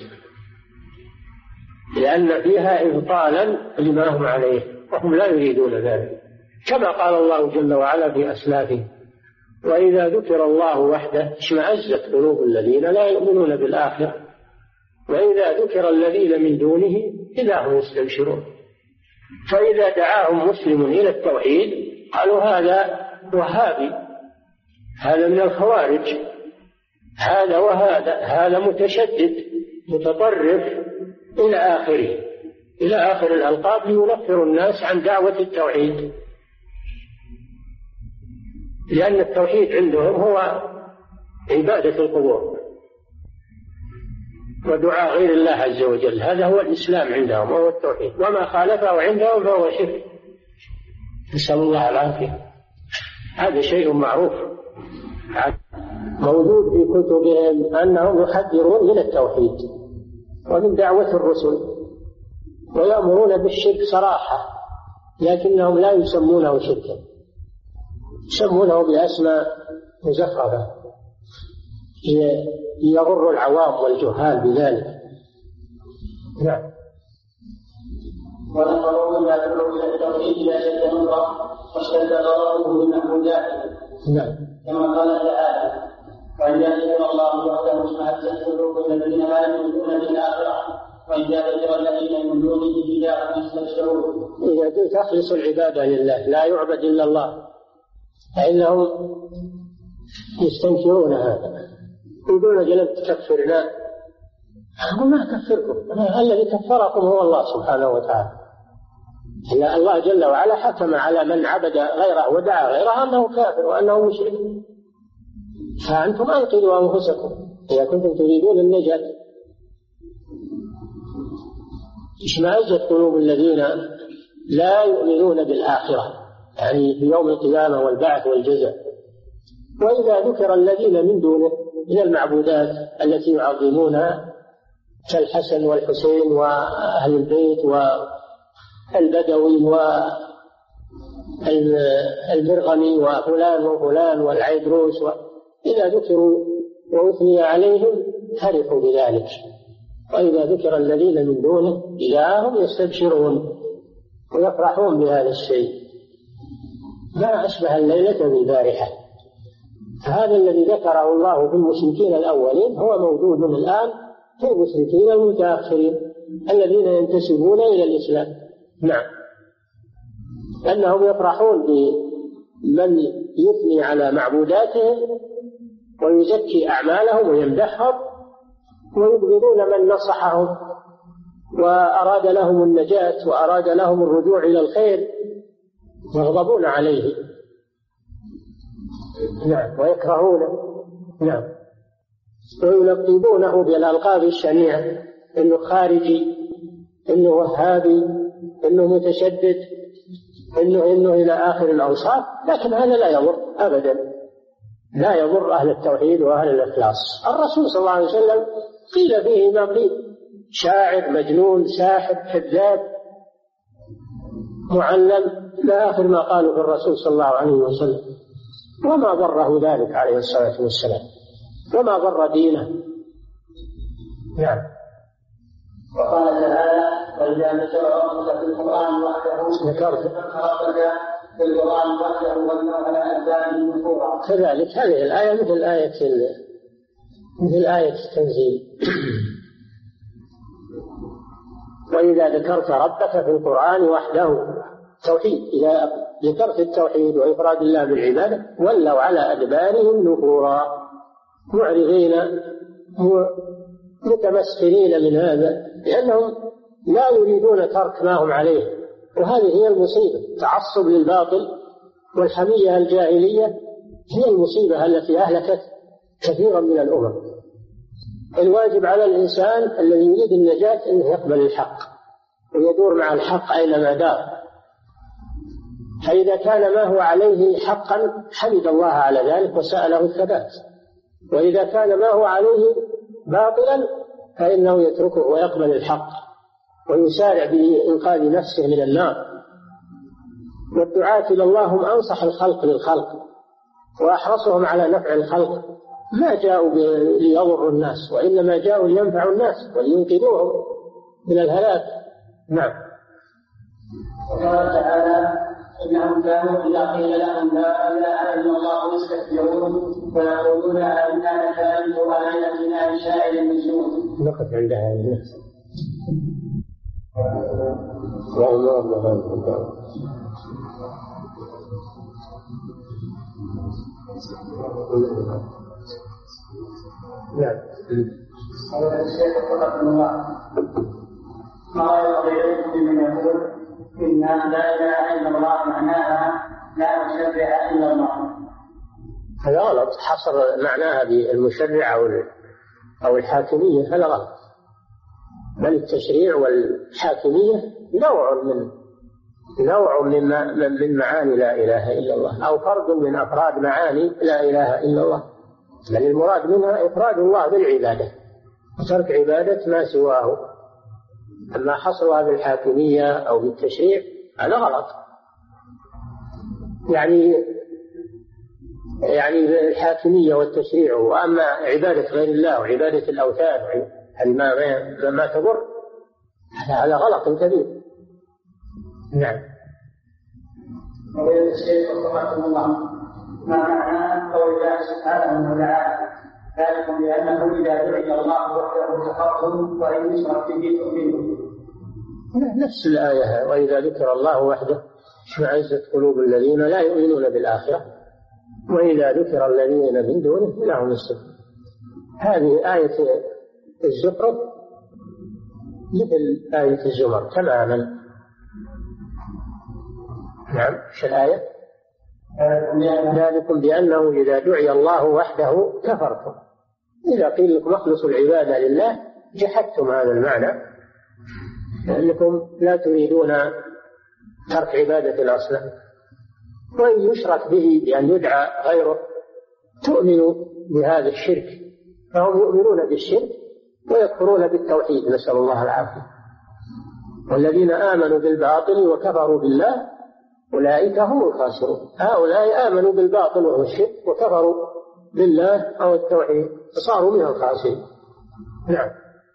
لأن فيها إبطالا لما هم عليه وهم لا يريدون ذلك، كما قال الله جل وعلا في أسلافه: وإذا ذكر الله وحده اشمأزت قلوب الذين لا يؤمنون بالآخرة وإذا ذكر الذين من دونه إذا هم يستبشرون. فإذا دعاهم مسلم إلى التوحيد قالوا هذا وهابي، هذا من الخوارج، هذا وهذا، هذا متشدد متطرف إلى آخره، إلى آخر الألقاب، لينفر الناس عن دعوة التوحيد، لأن التوحيد عندهم هو عبادة القبور ودعاء غير الله عز وجل، هذا هو الإسلام عندهم وهو التوحيد، وما خالفه عندهم فهو شرك، نسأل الله العافية. هذا شيء معروف موجود في كتبهم أنهم يحذرون من التوحيد ومن دعوة الرسل ويأمرون بالشرك صراحة، لكنهم لا يسمونه شركا، يسمونه بأسماء مزخرفة يغر العوام والجهال بذلك. نعم. ونظروا إلى دعوة إلى التوحيد لا شك نظرا واشتد غضبه منه ذلك. نعم. كما قال تعالى: وإذا ذكر الله وحده اشمأزت قلوب الذين لا يؤمنون بالآخرة وإذا ذكر الذين من دونه إذا هم يستبشرون. إذا تخلص العبادة لله لا يعبد إلا الله فإنهم يستنكرون هذا، يقولون جل تكفرنا ما كفركم، الذي كفركم هو الله سبحانه وتعالى. الله جل وعلا حكم على من عبد غيره ودعا غيره أنه كافر وأنه مشرك، فأنتم أنقذوا أنفسكم إذا كنتم تريدون النجاة. اشمئزت قلوب الذين لا يؤمنون بالآخرة، يعني في يوم القيامة والبعث والجزاء. وإذا ذكر الذين من دونه من المعبودات التي يعظمونها كالحسن والحسين وأهل البيت والبدوي والبرغمي وفلان وفلان والعيدروس، إذا ذكروا وأثني عليهم فرحوا بذلك. وإذا ذكر الذين من دونه إذا هم يستبشرون ويفرحون بهذا الشيء. ما أشبه الليلة بالبارحة. فهذا الذي ذكره الله في المشركين الأولين هو موجود الآن في المشركين المتأخرين الذين ينتسبون إلى الإسلام. نعم، أنهم يفرحون بمن يثني على معبوداتهم ويزكي أعمالهم ويمدحهم، ويبغضون من نصحهم وأراد لهم النجاة وأراد لهم الرجوع إلى الخير، يغضبون عليه. نعم، ويكرهونه. نعم، ويلقبونه بالألقاب الشنيعة، إنه خارجي، إنه وهابي، إنه متشدد، إنه إنه إلى آخر الأوصاف. لكن هذا لا يضر أبدا، لا يضر أهل التوحيد وأهل الإخلاص. الرسول صلى الله عليه وسلم قيل فيه ما قيل، شاعر، مجنون، ساحر، كذاب، معلم، لا آخر ما قالوا في الرسول صلى الله عليه وسلم، وما ضره ذلك عليه الصلاة والسلام، وما ضر دينه. نعم. وقال تعالى: وإذا ذكر ربك في القرآن وحده ذكرت في القرآن وحده ولوا على أدبارهم نفورا. كذلك هذه الآية مثل آية مثل آية التنزيل. وإذا ذكرت ربك في القرآن وحده، توحيد، إذا ذكرت التوحيد وإفراد الله بالعبادة ولوا على أدبارهم نفورا، معرضين متمسكين من هذا، لأنهم لا يريدون ترك ما هم عليه. وهذه هي المصيبة، تعصب للباطل والحمية الجاهلية هي المصيبة التي أهلكت كثيرا من الأمم. الواجب على الإنسان الذي يريد النجاة أنه يقبل الحق ويدور مع الحق أينما دار. فإذا كان ما هو عليه حقا حمد الله على ذلك وسأله الثبات، وإذا كان ما هو عليه باطلا فإنه يتركه ويقبل الحق ويسارع بإنقاذ نفسه من النار. والدعاة إلى الله هم أنصح الخلق للخلق وأحرصهم على نفع الخلق، ما جاءوا ليضروا الناس، وإنما جاءوا لينفعوا الناس ولينقذوهم من الهلاك. نعم. وقال تعالى: إنهم كانوا إذا قيل لهم لا إله إلا الله يستكبرون ويقولون أئنا لتاركوا آلهتنا لشاعر مجنون. نقف عند هذه. نعم. قال الشيخ رحمه الله: ما يرضي بمن يقول إن لا إله إلا الله معناها لا مشرع إلا الله. هذا غلط، حصر معناها بالمشرع أو الحاكمية، هذا غلط. بل التشريع والحاكمية نوع من نوع من من معاني لا إله إلا الله، أو فرد من أفراد معاني لا إله إلا الله، بل المراد منها إفراد الله بالعبادة وترك عبادة ما سواه. أما حصرها بالحاكمية أو بالتشريع هذا غلط. يعني يعني الحاكمية والتشريع، وأما عبادة غير الله وعبادة الأوثان ما ما, ما تضر، هذا غلط كبير. نعم. وقال الشيخ رحمه الله: ما معنى قول الله سبحانه وتعالى ذلك بأنه إذا دعي الله وحده كفرتم وإن يشرك به تؤمنون. نفس الآية: وإذا ذكر الله وحده اشمئزت قلوب الذين لا يؤمنون بالآخرة وإذا ذكر الذين من دونه لهم السبب. هذه آية الزخرف مثل آية الزمر تماما. نعم، ايش الآية؟ ذلكم بأنه إذا دعي الله وحده كفرتم، إذا قيل لكم اخلصوا العبادة لله جحدتم هذا المعنى، لأنكم لا تريدون ترك عبادة الأصنام. وإن يشرك به بأن يدعى غيره تؤمنوا بهذا الشرك، فهم يؤمنون بالشرك ويكفرون بالتوحيد، نسأل الله العافية. والذين آمنوا بالباطل وكفروا بالله أولئك هم الخاسرون. هؤلاء آمنوا بالباطل وهو الشرك وكفروا بالله أو التوحيد فصاروا من الخاسرين. نعم.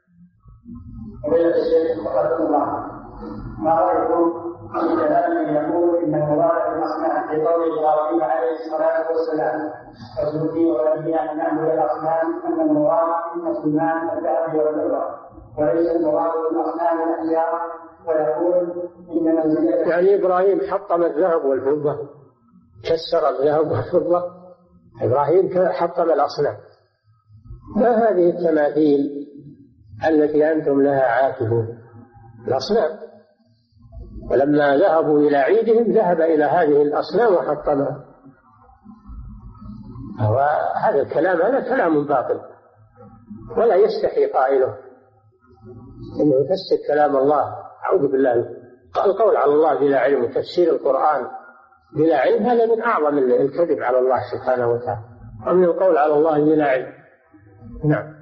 ما رأيكم في كلام يقول إن المراد بالأصنام بقول إبراهيم عليه الصلاة والسلام وزوجي ولدي أن نعبد الأصنام، أن المراد المسلمان الذهب والفضة وليس المراد بالأصنام الأحجار، ويقول إن منزلة يعني إبراهيم حطم الذهب والفضة، كسر الذهب والفضة. إبراهيم حطم الأصنام. ما هذه التماثيل التي أنتم لها عاكفون؟ الأصنام. ولما ذهبوا إلى عيدهم ذهب إلى هذه الأصنام وحطمها. هذا الكلام هذا كلام باطل، ولا يستحي قائله إنه يفسر كلام الله. أعوذ بالله. القول على الله بلا علم وتفسير القرآن بلا علم هذا من أعظم الكذب على الله سبحانه وتعالى، ومن القول على الله بلا علم. نعم.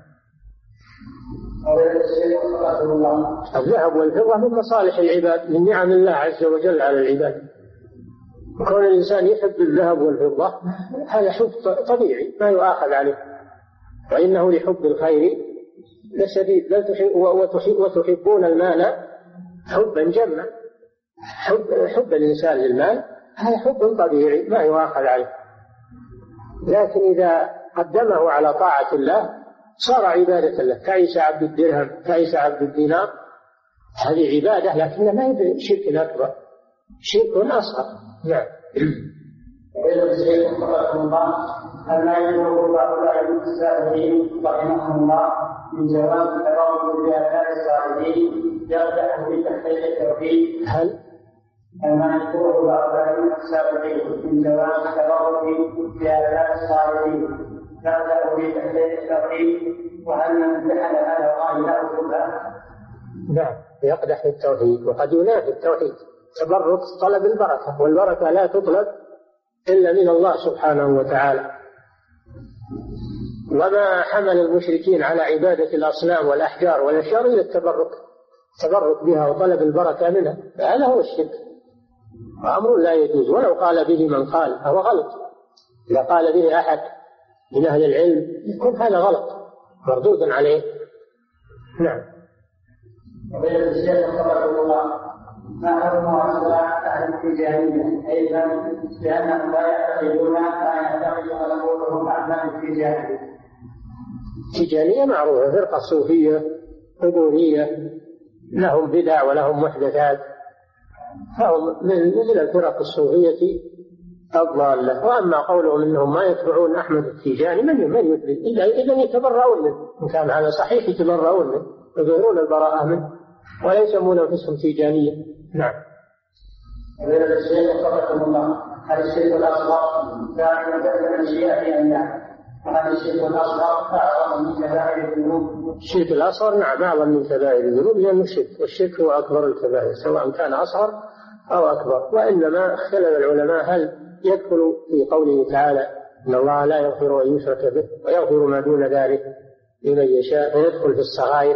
الذهب والفضة من مصالح العباد، من نعم الله عز وجل على العباد. وكون الإنسان يحب الذهب والفضة هذا حب طبيعي ما يؤاخذ عليه، وإنه لحب الخير لشديد. وتحبون المال حبا جما. حب, حب الإنسان للمال هذا حب طبيعي ما يؤاخذ عليه، لكن إذا قدمه على طاعة الله صار عبادة له. تعيس عبد الدرهم، تعيس عبد الدينار، هذه عبادة لكنها ما هي شرك أكبر، شرك أصغر. نعم. هل لا يجوز هؤلاء المتساءلين رحمهم الله من جواز التبرك بآثار الصالحين يرجع في تحقيق التوحيد؟ هل هل ما يجوز هؤلاء المتساءلين من جواز التبرك بآثار الصالحين يرجع في تحقيق التوحيد؟ وهل من امتحن هذا الله له شبهة؟ نعم، يقدح في التوحيد وقد ينافي التوحيد. تبرك طلب البركة، والبركة لا تطلب إلا من الله سبحانه وتعالى. وما حمل المشركين على عبادة الأصنام والأحجار والأشجار إلا التبرك، تبرك بها وطلب البركة منها، هذا هو الشرك، وأمر لا يجوز ولو قال به من قال، هو غلط. إذا قال به أحد من أهل العلم يكون هذا غلط مردود عليه. نعم. وبين الشيخ رحمه الله ما حكم أصلاح أهل التجارية أيضا لأنهم لا يعتقدون ما يعتقد غلبهم أعمال التجارية؟ التجارية معروفة، فرقة صوفية قبورية لهم بدع ولهم محدثات، فهم من الفرق الصوفية الضالة. وأما قولهم إنهم ما يتبعون أحمد التيجاني من من يثبت إلا إذا يتبرؤون منه، إن كان هذا صحيح يتبرؤون منه يظهرون البراءة منه ولا يسمون أنفسهم تيجانية. نعم. وإلى الشيخ رحمه الله هل الشرك الأصغر كان من المشيئة أم لا؟ وهل الشرك الأصغر أعظم من كبائر الذنوب؟ الشرك الأصغر نعم أعظم من كبائر الذنوب لأنه شرك، والشرك هو أكبر الكبائر سواء كان أصغر أو أكبر. وإنما اختلف العلماء هل يدخل في قوله تعالى إن الله لا يغفر أن يشرك به ويغفر ما دون ذلك لمن يشاء، ويدخل في الصغائر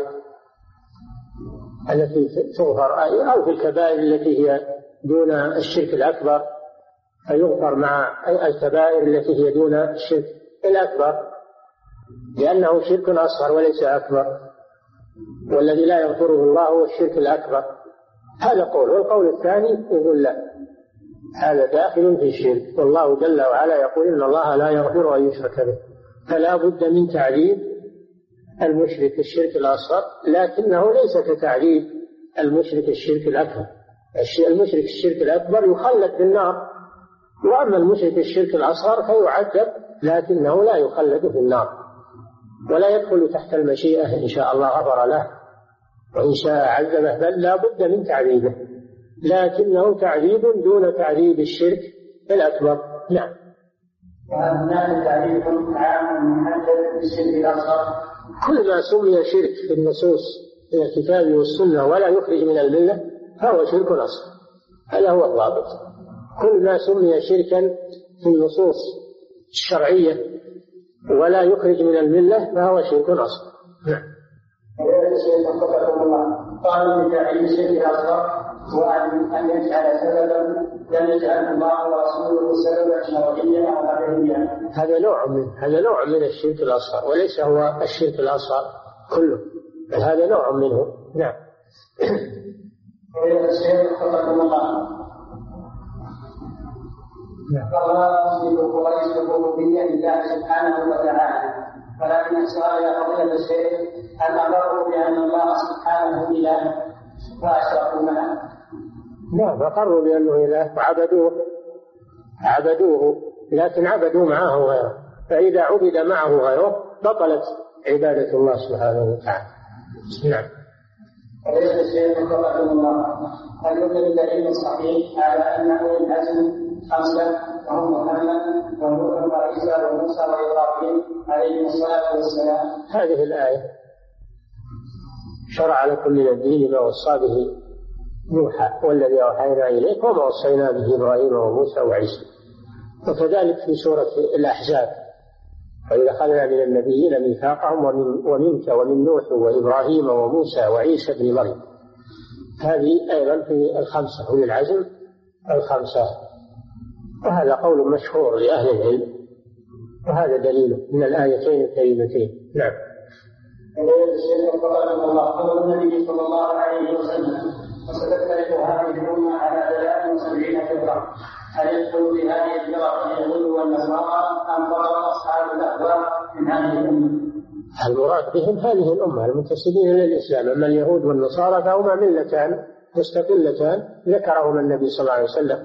التي تغفر أو في الكبائر التي هي دون الشرك الأكبر فيغفر مع الكبائر التي هي دون الشرك الأكبر، لأنه شرك أصغر وليس أكبر، والذي لا يغفره الله هو الشرك الأكبر. هذا قول. والقول الثاني يقول لا، هذا داخل في الشرك، والله جل وعلا يقول إن الله لا يغفر أن يشرك به، فلا بد من تعذيب المشرك الشرك الأصغر، لكنه ليس كتعذيب المشرك الشرك الأكبر. المشرك الشرك الأكبر يخلد في النار، وأما المشرك الشرك الأصغر فيعذب لكنه لا يخلد في النار ولا يدخل تحت المشيئة إن شاء الله غفر له وإن شاء عذبه، بل لا بد من تعذيبه، لكنه تعذيب دون تعذيب الشرك الأكبر. نعم. وهل هناك تعريف عام محدد للشرك الأصغر؟ كل ما سمي شرك في النصوص من الكتاب والسنة ولا يخرج من الملة فهو شرك أصغر، هذا هو الضابط. كل ما سمي شركا في النصوص الشرعية ولا يخرج من الملة فهو شرك أصغر. نعم. قالوا بتعريف الشرك الأصغر وأن يجعل سببا لم يجعل الله ورسوله سببا شرعيا أو غيريا. هذا نوع من هذا نوع من الشرك الأصغر، وليس هو الشرك الأصغر كله، بل هذا نوع منه. نعم. الشيخ حفظكم الله. فالله يثبت قريش الربوبية لله سبحانه وتعالى، ولكن السؤال يا فضيلة الشيخ هل أقروا بأن الله سبحانه إله وأشركوا معه؟ لا، فقروا بأنه إله وعبدوه عبدوه لكن عبدوا معه غيره، فإذا عبد معه غيره بطلت عبادة الله سبحانه وتعالى. نعم. وليس الشيخ حفظكم الله هل يوجد الدليل الصحيح على أن أولي العزم خمسة وهم محمد ونوح وعيسى وموسى وإبراهيم عليهم الصلاة والسلام؟ هذه الآية شرع لكم من الدين ما وصى به نوحا والذي أوحينا إليك وما وصينا به إبراهيم وموسى وعيسى. وكذلك في سورة الأحزاب وإذا أخذنا من النبيين ميثاقهم ومنك ومن نوح وإبراهيم وموسى وعيسى بن مريم. هذه أيضا في الخمسة أولي العزم الخمسة، وهذا قول مشهور لأهل العلم، وهذا دليل من الآيتين الكريمتين. نعم. قول النبي صلى الله عليه وسلم وستفترق هذه الأمة على ثلاث وسبعين فرقة، هل يدخل في هذه الفرق اليهود والنصارى أم فقط أصحاب الأهواء من هذه الأمة؟ المراد بهم هذه الأمة المنتسبين إلى الإسلام، أما اليهود والنصارى فهما ملتان مستقلتان ذكرهما النبي صلى الله عليه وسلم.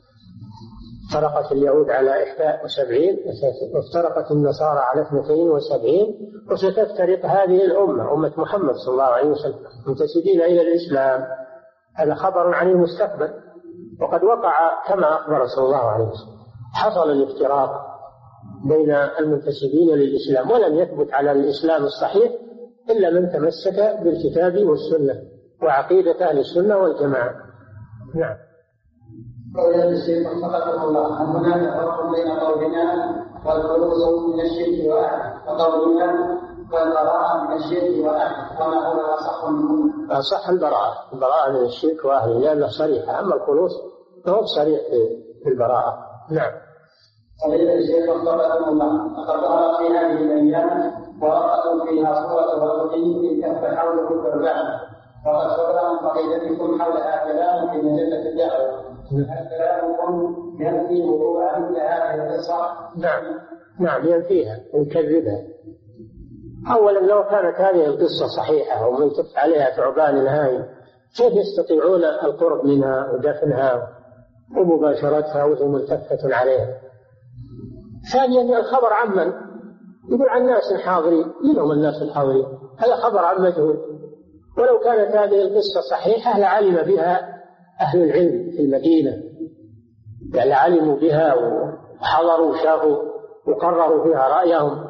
افترقت اليهود على إحدى وسبعين وافترقت النصارى على اثنتين وسبعين، وستفترق هذه الأمة أمة محمد صلى الله عليه وسلم منتسبين إلى الإسلام. هذا خبر عن المستقبل، وقد وقع كما أخبر صلى الله عليه وسلم. حصل الافتراق بين المنتسبين للإسلام، ولم يثبت على الإسلام الصحيح إلا من تمسك بالكتاب والسنة وعقيدة أهل السنة والجماعة. نعم. قول الشيخ وفقكم الله، هل هناك فرق بين قولنا والخلوص من الشرك واحد وقولنا والبراءة من الشرك واحد، وما هو الأصح منهما؟ أصح البراءة، البراءة من الشرك واحد لأنها صريحة، أما الخلوص فهو صريح في البراءة. نعم. قول الشيخ وفقكم الله، لقد ظهر في هذه الأيام ورقة فيها صورة الرجل كف حوله البربان، وقد صدر من قضيتكم حولها كلام في مجلة الدعوة. هل كلامكم ينفي وقوع مثل هذه القصة؟ نعم نعم ينفيها ويكذبها. أولا لو كانت هذه القصة صحيحة وملتف عليها ثعبان هائل كيف يستطيعون القرب منها ودفنها ومباشرتها وهي ملتفة عليها؟ ثانيا الخبر عمن يقول عن الناس الحاضرين، من هم الناس الحاضرين؟ هذا خبر عن مجهول. ولو كانت هذه القصة صحيحة لعلم بها أهل العلم في المدينة، يعني علموا بها وحضروا وشافوا وقرروا فيها رأيهم.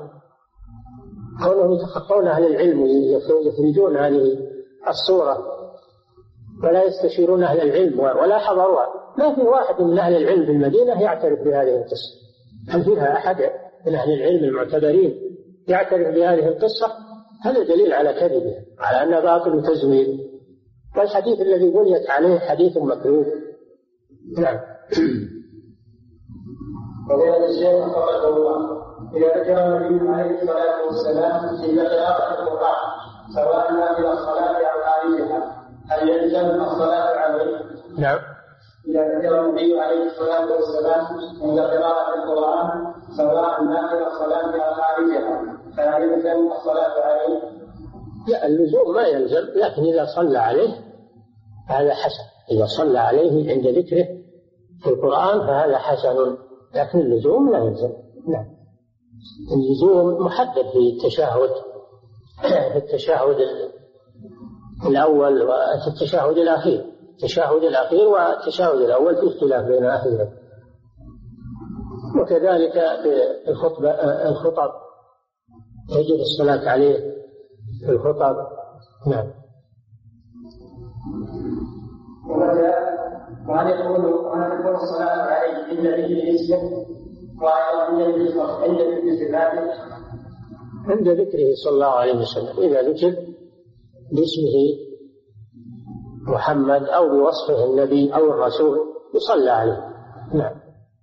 كونهم يتخطون أهل العلم يخرجون هذه الصورة ولا يستشيرون أهل العلم ولا حضروها، ما في واحد من أهل العلم في المدينة يعترف بهذه القصة. هل فيها أحد من أهل العلم المعتبرين يعترف بهذه القصة؟ هذا دليل على كذبه، على أنها باطل وتزوير، والحديث الذي بنيت عليه حديث مكذوب. نعم. وقال الشيخ رحمه الله، إذا ذكر النبي عليه الصلاة والسلام في قراءة القرآن سواء نافلة الصلاة أو خارجها هل يلزم الصلاة عليه؟ نعم. إذا ذكر النبي عليه الصلاة والسلام عند قراءة القرآن سواء نافلة الصلاة أو خارجها فهل يلزم الصلاة عليه؟ لا، اللزوم ما يلزم، لكن إذا صلى عليه فهذا حسن. إذا صلى عليه عند ذكره في القرآن فهذا حسن، لكن اللزوم لا يلزم. نعم. اللزوم محدد في التشهد في التشهد الأول والتشهد الأخير، التشهد الأخير والتشهد الأول في اختلاف بين أهل. وكذلك في الخطبة الخطب يجب الصلاة عليه في الخطب. نعم. وهل يكون وهل تكون الصلاة عليه عند ذكر اسمه وعند ذكر عند ذكر صفاته؟ عند ذكره صلى الله عليه وسلم، إذا ذكر باسمه محمد أو بوصفه النبي أو الرسول يصلى عليه. نعم.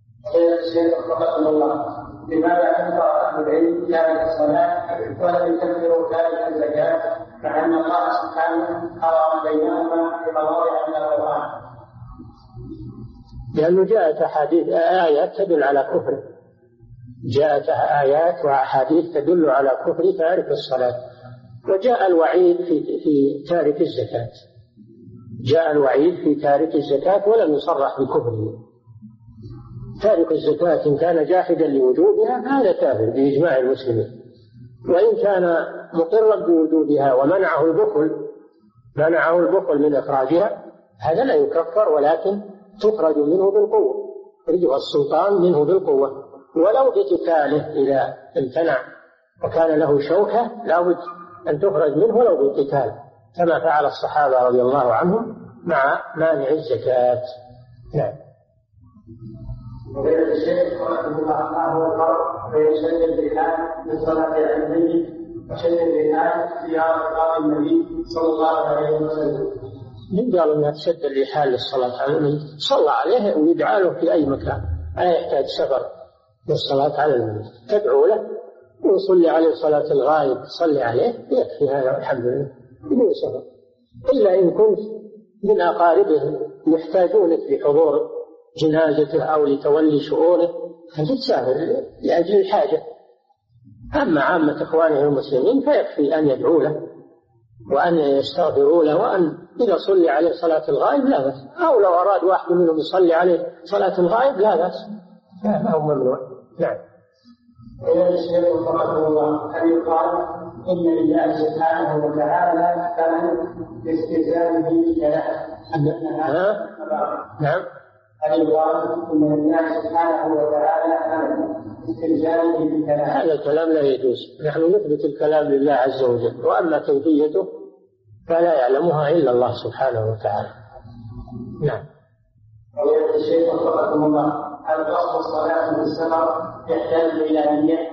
لماذا كفر أهل العلم تارك الصلاة ولم يكفروا تارك الزكاة مع أن الله سبحانه حرم بينهما في مواضع من القرآن؟ لأنه جاءت أحاديث آيات تدل على كفر، جاءت آيات وأحاديث تدل على كفر تارك الصلاة، وجاء الوعيد في في تارك الزكاة، جاء الوعيد في تارك الزكاة ولم يصرح بكفره. تارك الزكاة إن كان جاحدا لوجوبها فهذا كافر بإجماع المسلمين، وإن كان مقرا بوجوبها ومنعه البخل منعه البخل من إخراجها هذا لا يكفر، ولكن تخرج منه بالقوة، يخرجها السلطان منه بالقوة ولو بقتاله. إذا امتنع وكان له شوكة لا بد أن تخرج منه ولو بالقتال، كما فعل الصحابة رضي الله عنهم مع مانع الزكاة. نعم. وبين الشيخ رحمه الله ما هو الفرق بين شد الرحال للصلاة على النبي وشد الرحال في أرقام النبي صلى الله عليه وسلم؟ من قال أنها تشد الرحال للصلاة على النبي؟ صلى عليه ويدعى له في أي مكان، لا يحتاج سفر للصلاة على النبي، تدعو له ويصلي عليه صلاة الغائب صلي عليه يكفي هذا الحمد لله بدون سفر. إلا إن كنت من أقاربه يحتاجونك لحضور جنازته أو لتولي شؤونه فتسافر لأجل الحاجة. أما عامة إخوانه المسلمين فيكفي أن يدعوا له وأن يستغفروا له، وأن إذا صلي عليه صلاة الغائب لا بأس، أو لو أراد واحد منهم يصلي عليه صلاة الغائب لا بأس، ما هو ممنوع. نعم. إذا الشيخ رحمه الله هل يقال إن لله سبحانه وتعالى ثمن باستلزامه كلام؟ نعم. هل يقال إن لله سبحانه وتعالى ثمن باستلزامه بكلام؟ هذا الكلام لا يجوز، نحن نثبت الكلام لله عز وجل، وأما كيفيته فلا يعلمها إلا الله سبحانه وتعالى. نعم. ويأتي الشيخ رحمه الله هل قصد الصلاة في السفر يحتاج إلى نية؟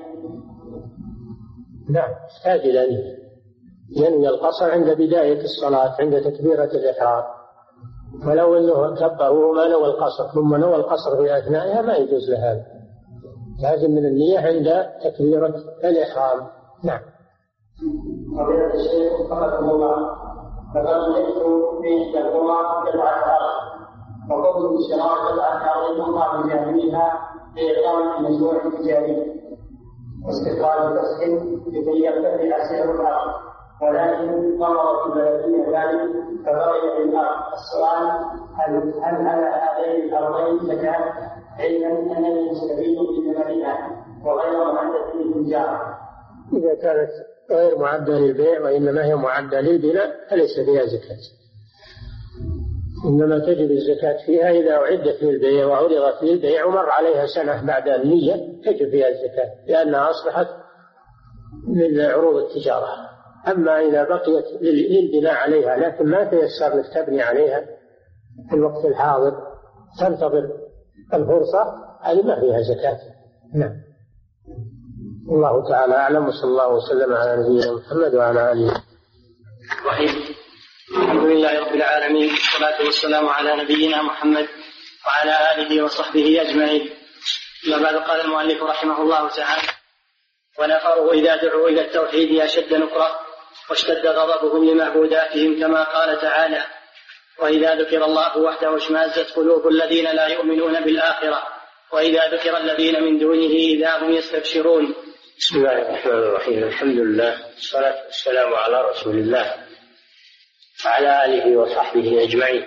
نعم يحتاج إلى نية، ينوي القصر عند بداية الصلاة عند تكبيرة الإحرام، ولو أنه كبر وما نوى القصر ثم نوى القصر في أثنائها ما يجوز له هذا، لازم من النية عند تكبيرة الإحرام. نعم. ويأتي الشيخ رحمه الله فقد جئت في إحدى القرى قطعة أرض، وقوم بشراء قطعة أرض مقام جانبها لإقامة المشروع التجاري واستقرار التسكين لكي يرتفع سعر الأرض، ولكن قررت البلدية ذلك فبغي الأرض. السؤال هل هل على هذين الأرضين زكاة علما أنني مستفيد بثمنها وغير معدة للتجارة؟ إذا كانت غير معدة للبيع وإنما هي معدة للبناء فليس فيها زكاة، إنما تجب الزكاة فيها إذا أعدت للبيع وعرضت للبيع ومر عليها سنة بعد النية تجب فيها الزكاة لأنها أصبحت من عروض التجارة. أما إذا بقيت للبناء عليها لكن ما تيسر لك تبني عليها في الوقت الحاضر تنتظر الفرصة هذه ما فيها زكاة. نعم. الله تعالى أعلم، وصلى الله وسلم على نبينا محمد وعلى آله. رحيم. الحمد لله رب العالمين، والصلاة والسلام على نبينا محمد وعلى آله وصحبه أجمعين. أما بعد، قال المؤلف رحمه الله تعالى: ونفره إذا دعوا إلى التوحيد أشد نكرة واشتد غضبهم لمعبوداتهم، كما قال تعالى: وإذا ذكر الله وحده اشمأزت قلوب الذين لا يؤمنون بالآخرة وإذا ذكر الذين من دونه إذا هم يستبشرون. بسم الله الرحمن الرحيم، الحمد لله والصلاة والسلام على رسول الله وعلى آله وصحبه أجمعين.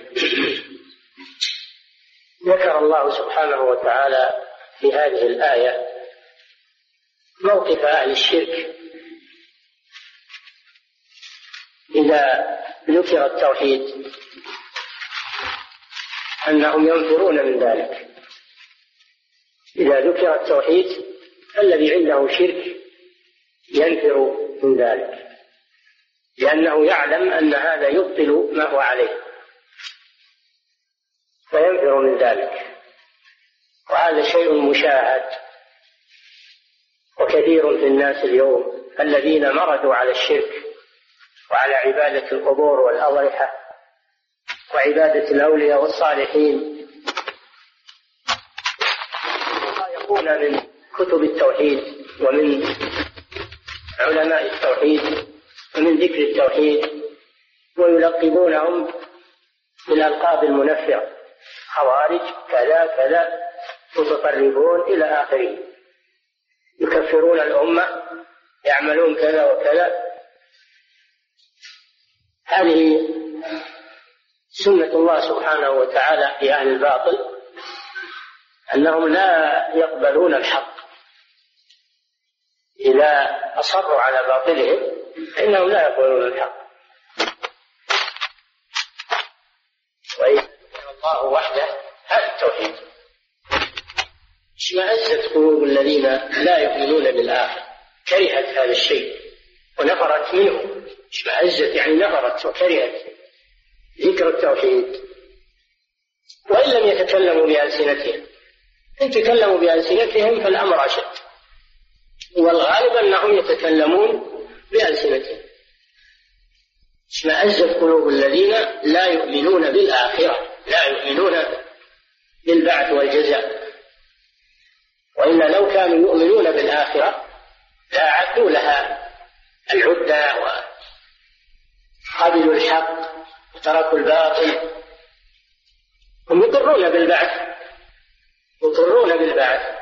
ذكر الله سبحانه وتعالى في هذه الآية موقف أهل الشرك إذا ذكر التوحيد أنهم ينفرون من ذلك. إذا ذكر التوحيد الذي عنده شرك ينفر من ذلك، لأنه يعلم أن هذا يبطل ما هو عليه فينفر من ذلك، وهذا شيء مشاهد وكثير في الناس اليوم الذين مرضوا على الشرك وعلى عبادة القبور والأضرحة وعبادة الأولياء والصالحين. يقول من كتب التوحيد ومن علماء التوحيد ومن ذكر التوحيد ويلقبونهم بالألقاب المنفرة، خوارج كذا كذا، متطرفون إلى آخره، يكفرون الأمة، يعملون كذا وكذا. هذه سنة الله سبحانه وتعالى في أهل الباطل، أنهم لا يقبلون الحق. إذا أصروا على باطلهم فإنهم لا يقبلون الحق. وإذا ذكر الله وحده هذا التوحيد. اشمأزت قلوب الذين لا يؤمنون بالآخرة، كرهت هذا الشيء ونفرت منه. اشمأزت يعني نفرت وكرهت ذكر التوحيد، وإن لم يتكلموا بألسنتهم. إن تكلموا بألسنتهم فالأمر أشد، والغالب أنهم يتكلمون بألسنتهم. اشمأزت قلوب الذين لا يؤمنون بالآخرة، لا يؤمنون بالبعث والجزاء. وإن لو كانوا يؤمنون بالآخرة لأعدوا لها العدة وقبلوا الحق وتركوا الباطل. هم يقرون بالبعث، يقرون بالبعث،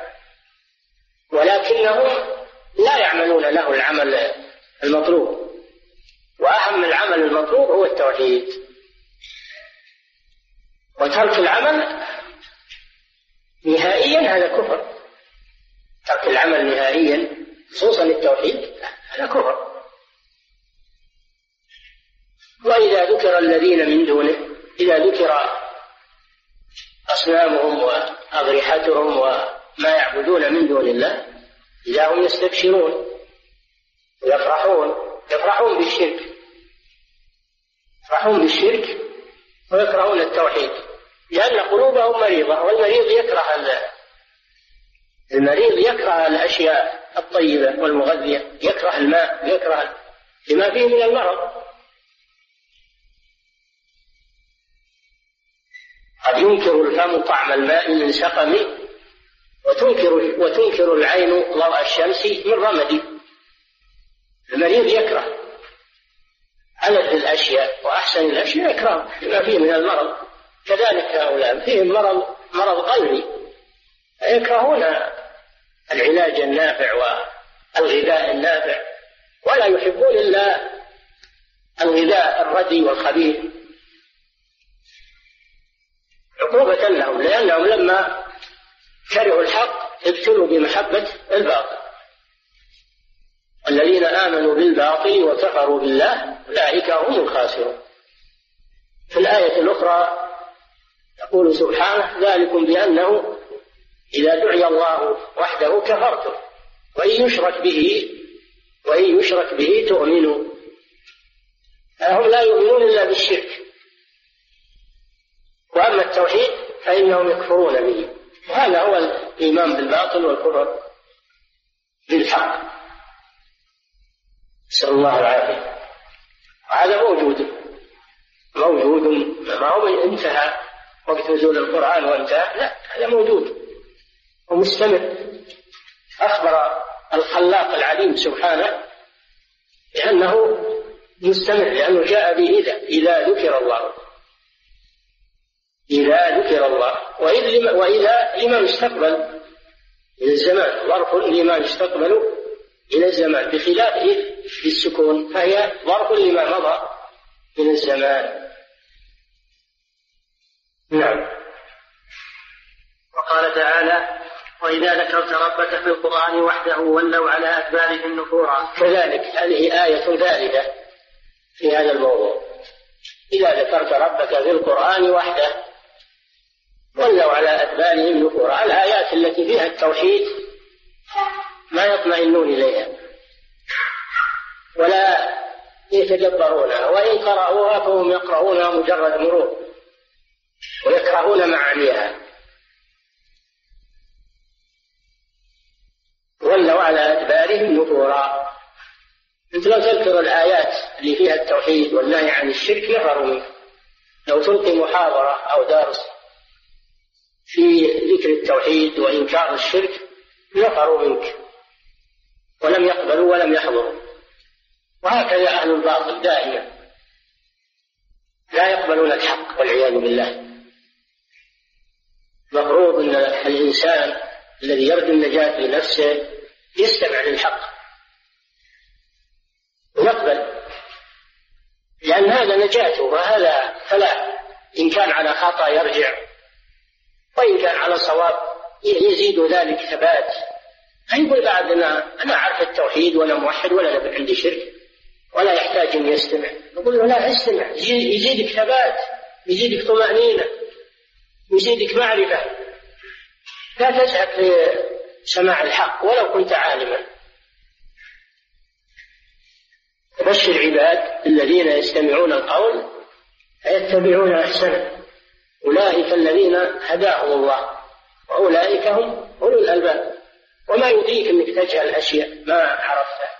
ولكنهم لا يعملون له العمل المطلوب، وأهم العمل المطلوب هو التوحيد. وترك العمل نهائيا هذا كفر. ترك العمل نهائيا خصوصا التوحيد هذا كفر. وإذا ذكر الذين من دونه، إذا ذكر أصنامهم وأضرحتهم وما يعبدون من دون الله، إذا هم يستبشرون ويفرحون، يفرحون بالشرك، يفرحون بالشرك ويكرهون التوحيد، لأن قلوبهم مريضة، والمريض يكره المريض يكره الأشياء الطيبة والمغذية، يكره الماء، يكره لما فيه من المرض. قد ينكر الفم طعم الماء من سقم، وتنكر, وتنكر العين ضوء الشمس من رمد. المريض يكره ألذ الأشياء وأحسن الأشياء، يكره لما فيه من المرض. كذلك هؤلاء فيهم مرض مرض قلبي، يكرهون العلاج النافع والغذاء النافع، ولا يحبون إلا الغذاء الردي والخبيث، عقوبة لهم، لأنهم لما كرهوا الحق ابتلوا بمحبة الباطل. الذين آمنوا بالباطل وكفروا بالله أولئك هم الخاسرون. في الآية الأخرى يقول سبحانه: ذلكم بأنه إذا دعي الله وحده كفرتم وإن يشرك به وإن يشرك به تؤمنوا. هم لا يؤمنون إلا بالشرك، وأما التوحيد فإنهم يكفرون به. وهذا هو الإيمان بالباطل والكفر بالحق، نسأل الله العافية. وهذا موجود موجود ما هو انتهى وقت نزول القرآن وانتهى، لا، هذا موجود ومستمر. أخبر الخلاق العليم سبحانه لأنه مستمر، لأنه جاء به إذا إذا ذكر الله، إذا ذكر الله. وإذا لما يستقبل إلى الزمان، ظرف لما يستقبل إلى الزمان، بخلاف إذ بالسكون فهي ظرف لما مضى من الزمان. نعم. وقال تعالى: وإذا ذكرت ربك في القرآن وحده ولوا على أدبارهم نفورا. كذلك هذه آية ثالثة في هذا الموضوع. إذا ذكرت ربك في القرآن وحده ولوا على أدبارهم نفورا. الآيات التي فيها التوحيد ما يطمئنون إليها ولا يتدبرونها، وإن قرأوها فهم يقرؤونها مجرد مرور ويكرهون معانيها. ولوا على أدبارهم نفورا. أنت لو تذكر الآيات اللي فيها التوحيد والنهي عن الشرك نفروا منك. لو تلقي محاضرة أو درس في ذكر التوحيد وإنكار الشرك نفروا منك ولم يقبلوا ولم يحضروا. وهكذا أهل الباطل دائما لا يقبلون الحق والعياذ بالله. مفروض أن الإنسان الذي يرجو النجاة لنفسه يستمع للحق ويقبل، لأن هذا نجاته وهذا فلا. إن كان على خطأ يرجع، وإن كان على صواب يزيد ذلك ثبات. يقول بعد أنا أنا أعرف التوحيد ولا موحد ولا نبي عندي شرك ولا يحتاج أن يستمع. نقول له لا، استمع، يزيدك ثبات، يزيدك طمأنينة، يزيدك معرفة. لا تزهد في سماع الحق ولو كنت عالما. بشر العباد الذين يستمعون القول فيتبعون أحسنه، أولئك الذين هداهم الله وأولئك هم أولو الألباب. وما يدريك أنك تجهل أشياء ما عرفتها،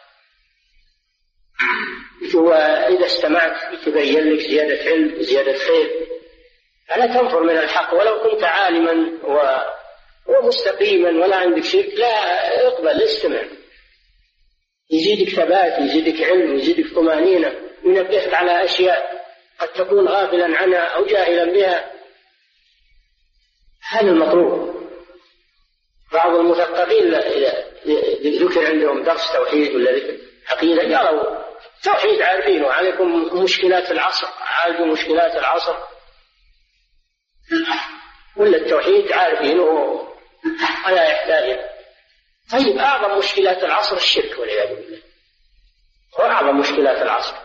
وإذا استمعت يتبين لك زيادة علم زيادة خير. فلا تنفر من الحق ولو كنت عالما ومستقيما ولا عندك شرك، لا، اقبل، استمع، يزيدك ثبات، يزيدك علم، يزيدك طمأنينة، ينبهك على أشياء قد تكون غافلا عنها أو جاهلا بها. هذا المطلوب. بعض المثقفين إذا ذكر عندهم درس توحيد ولا ذكر عقيدة قالوا توحيد عارفينه، عليكم مشكلات العصر، عالجوا مشكلات العصر، ولا التوحيد عارفينه ولا يحتاج. طيب أعظم مشكلات العصر الشرك والعياذ بالله، وأعظم مشكلات العصر.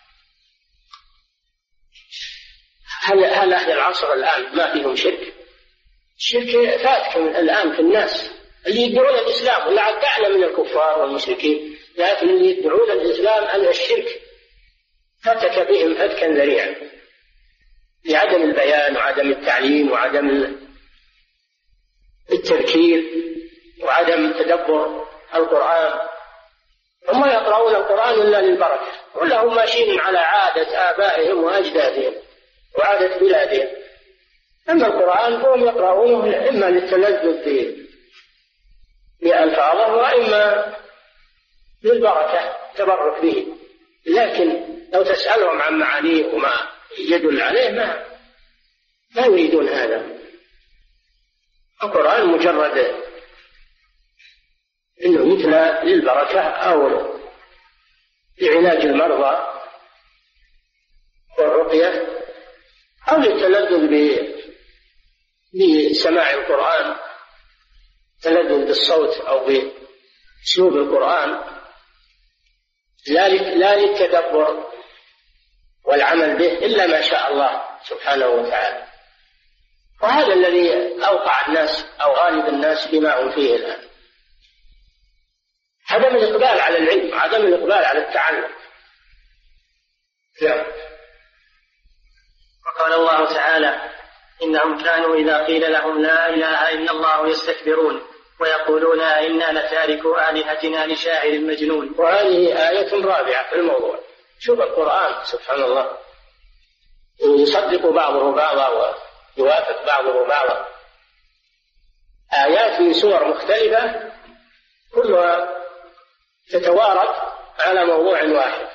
هل هل أهل العصر الآن ما فيهم شرك؟ الشرك فاتكم الآن في الناس اللي يدعون الإسلام، ولا عاد أعلى من الكفار والمشركين، لكن اللي يدعون الإسلام أن الشرك فتك بهم فتكا ذريعا لعدم البيان وعدم التعليم وعدم التذكير وعدم تدبر القرآن. هم يقرؤون القرآن إلا للبركة، ولا هم ماشيين على عادة آبائهم وأجدادهم وعادة بلادهم. أما القرآن فهم يقرؤونه إما للتلذذ بألفاظه وإما للبركة تبرك به، لكن لو تسألهم عن معانيه وما يدل عليه ما ما يريدون هذا. القرآن مجرد إنه يتلى للبركة أو لعلاج المرضى والرقية أو للتلذذ بسماع القرآن، تلذذ بالصوت أو بأسلوب القرآن، لا للتدبر والعمل به إلا ما شاء الله سبحانه وتعالى. وهذا الذي أوقع الناس أو غالب الناس بما هم فيه الآن، عدم الإقبال على العلم، عدم الإقبال على التعلم. نعم. وقال الله تعالى: إنهم كانوا إذا قيل لهم لا إله إلا الله يستكبرون ويقولون إنا لتاركوا آلهتنا لشاعر مجنون. وهذه آية رابعة في الموضوع. شوف القرآن سبحان الله يصدق بعضه بعضا ويوافق بعضه بعضا. آيات من سور مختلفة كلها تتوارد على موضوع واحد.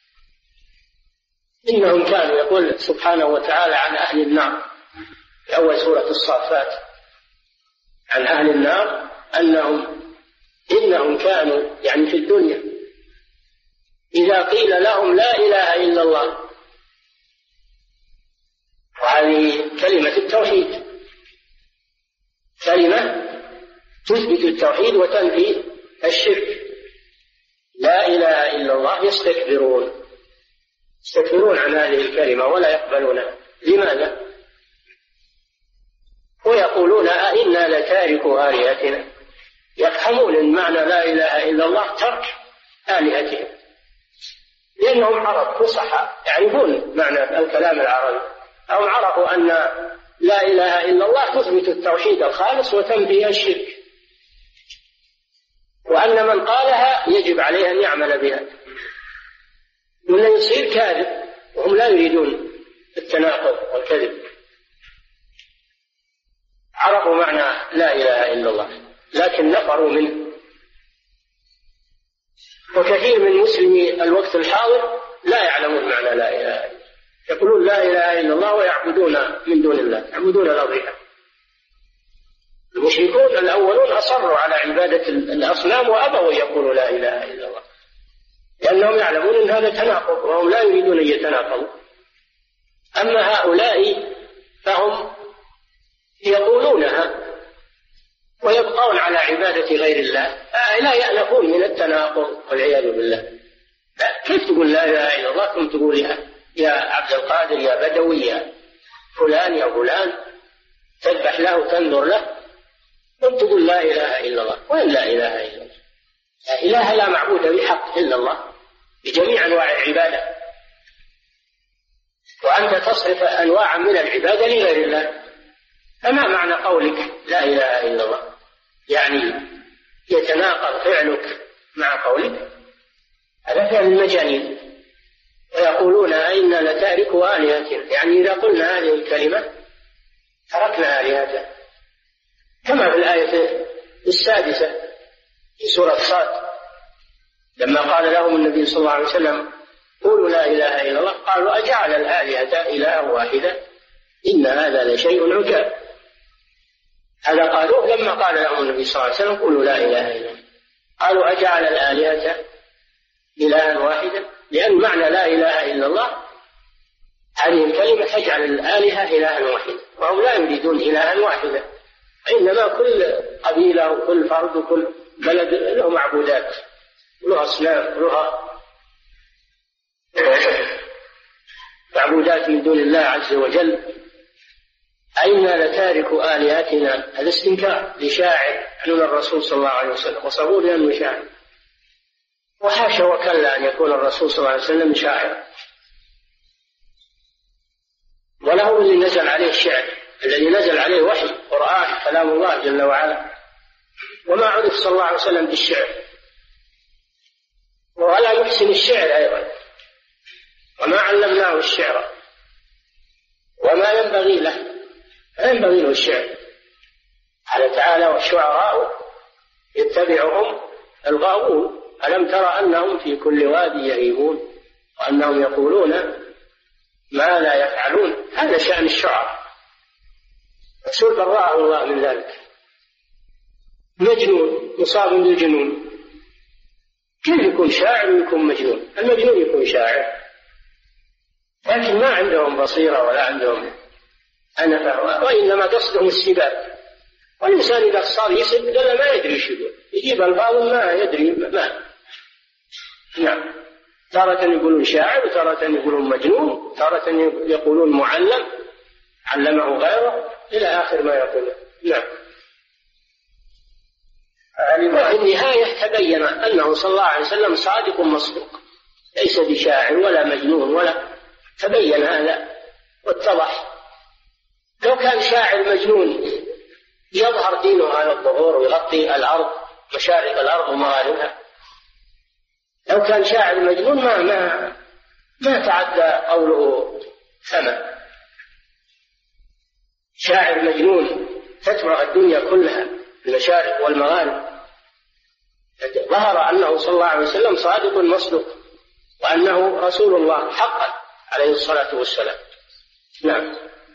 إنهم كانوا، يقول سبحانه وتعالى عن أهل النار في أول سورة الصافات عن أهل النار أنهم إنهم كانوا يعني في الدنيا إذا قيل لهم لا إله إلا الله، وهذه كلمة التوحيد، كلمة تثبت التوحيد وتنفي الشرك، لا إله إلا الله يستكبرون. يستكبرون عن هذه الكلمة ولا يقبلونها. لماذا؟ ويقولون أئنا لتاركوا آلهتنا. يفهمون أن معنى لا إله إلا الله ترك آلهتهم، لأنهم عرب فصحى يعرفون معنى الكلام العربي، أو عرفوا أن لا إله إلا الله تثبت التوحيد الخالص وتنفي الشرك، وأن من قالها يجب عليه أن يعمل بها، وأن يصير كاذب، وهم لا يريدون التناقض والكذب. عرفوا معنى لا إله إلا الله لكن نفروا منه. وكثير من مسلمي الوقت الحاضر لا يعلمون معنى لا إله إلا الله، يقولون لا إله إلا الله ويعبدون من دون الله، يعبدون الأضرحة. المشركون الأولون أصروا على عبادة الأصنام وأبوا يقولوا لا إله إلا الله، لأنهم يعلمون أن هذا تناقض وهم لا يريدون أن يتناقضوا. أما هؤلاء فهم يقولونها ويبقون على عبادة غير الله، لا يألفون من التناقض والعياذ بالله. كيف تقول لا إله إلا الله ثم تقول يا, يا عبد القادر يا بدوي يا فلان يا فلان، تذبح له وتنذر له ثم تقول لا إله إلا الله؟ وين لا إله إلا الله؟ لا إله لا معبود بحق إلا الله بجميع أنواع العبادة، وأنت تصرف أنواع من العبادة لغير الله. فما معنى قولك لا إله إلا الله؟ يعني يتناقض فعلك مع قولك، هذا فعل المجانين. ويقولون أئنا لتاركوا آلهتنا، يعني إذا قلنا هذه الكلمة تركنا آلهتنا، كما في الآية السادسة في سورة صاد لما قال لهم النبي صلى الله عليه وسلم قولوا لا إله إلا الله، قالوا أجعل الآلهة إله واحدة إن هذا لشيء عجاب. هذا قالوه لما قال لهم النبي صلى الله عليه وسلم قولوا لا إله إلا الله، قالوا أجعل الآلهة إلها واحدا، لأن معنى لا إله إلا الله هذه الكلمة تجعل الآلهة إلها واحدا، وهم لا يريدون إلها واحدا، إنما كل قبيلة وكل فرد وكل بلد له معبودات، له أصنام، له معبودات من دون الله عز وجل. أئنا لتاركوا آلهتنا، هذا استنكار لشاعر عن الرسول صلى الله عليه وسلم، وصفوه بأنه شاعر، وحاشا وكلا أن يكون الرسول صلى الله عليه وسلم شاعر، وله اللي نزل عليه الشعر، الذي نزل عليه وحي قرآن كلام الله جل وعلا، وما عرف صلى الله عليه وسلم بالشعر، ولا يحسن الشعر أيضا، وما علمناه الشعر وما ينبغي له، لا ينبغي له الشعر. قال تعالى والشعراء يتبعهم الغاوون ألم ترى أنهم في كل وادي يهيمون وأنهم يقولون ما لا يفعلون. هذا شأن الشعراء، رسول برأه الله من ذلك. مجنون مصاب بالجنون، كيف يكون شاعر ويكون مجنون؟ المجنون يكون شاعر، لكن ما عندهم بصيرة ولا عندهم أنفة، وإنما قصدهم السباب. والإنسان إذا صار يسب قال ما يدري شو يجيب الفاظ ما يدري ما. نعم، تارة يقولون شاعر وتارة يقولون مجنون، تارة يقولون معلم علمه غيره إلى آخر ما يقول. نعم. وفي النهاية تبين أنه صلى الله عليه وسلم صادق مصدوق، ليس بشاعر ولا مجنون ولا، تبين هذا واتضح. لو كان شاعر مجنون يظهر دينه على الظهور ويغطي الأرض مشارق الأرض ومغاربها، لو كان شاعر مجنون ما ما ما تعدى قوله ثمن. شاعر مجنون تتبع الدنيا كلها المشارق والمغارب. ظهر أنه صلى الله عليه وسلم صادق مصدوق وأنه رسول الله حقا عليه الصلاة والسلام. نعم.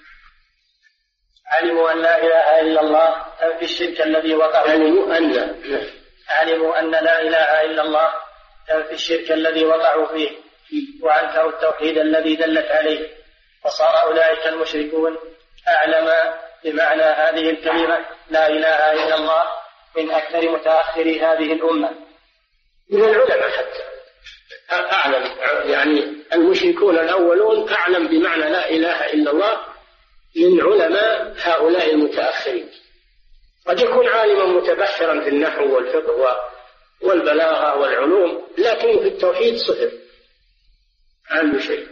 علموا أن لا إله إلا الله تنفي الشرك الذي وقعوا علموا أن علموا أن لا إله إلا الله تنفي الشرك الذي وقعوا فيه، وأنكروا التوحيد الذي دلت عليه، وصار أولئك المشركون أعلم بمعنى هذه الكلمة لا إله إلا الله من أكثر متأخري هذه الأمة من العلماء حتى أعلم، يعني أن المشركون الأولون أعلم بمعنى لا إله إلا الله من علماء هؤلاء المتأخرين. قد يكون عالما متبحرا في النحو والفقه والبلاغة والعلوم، لكن في التوحيد صفر عنده شيء.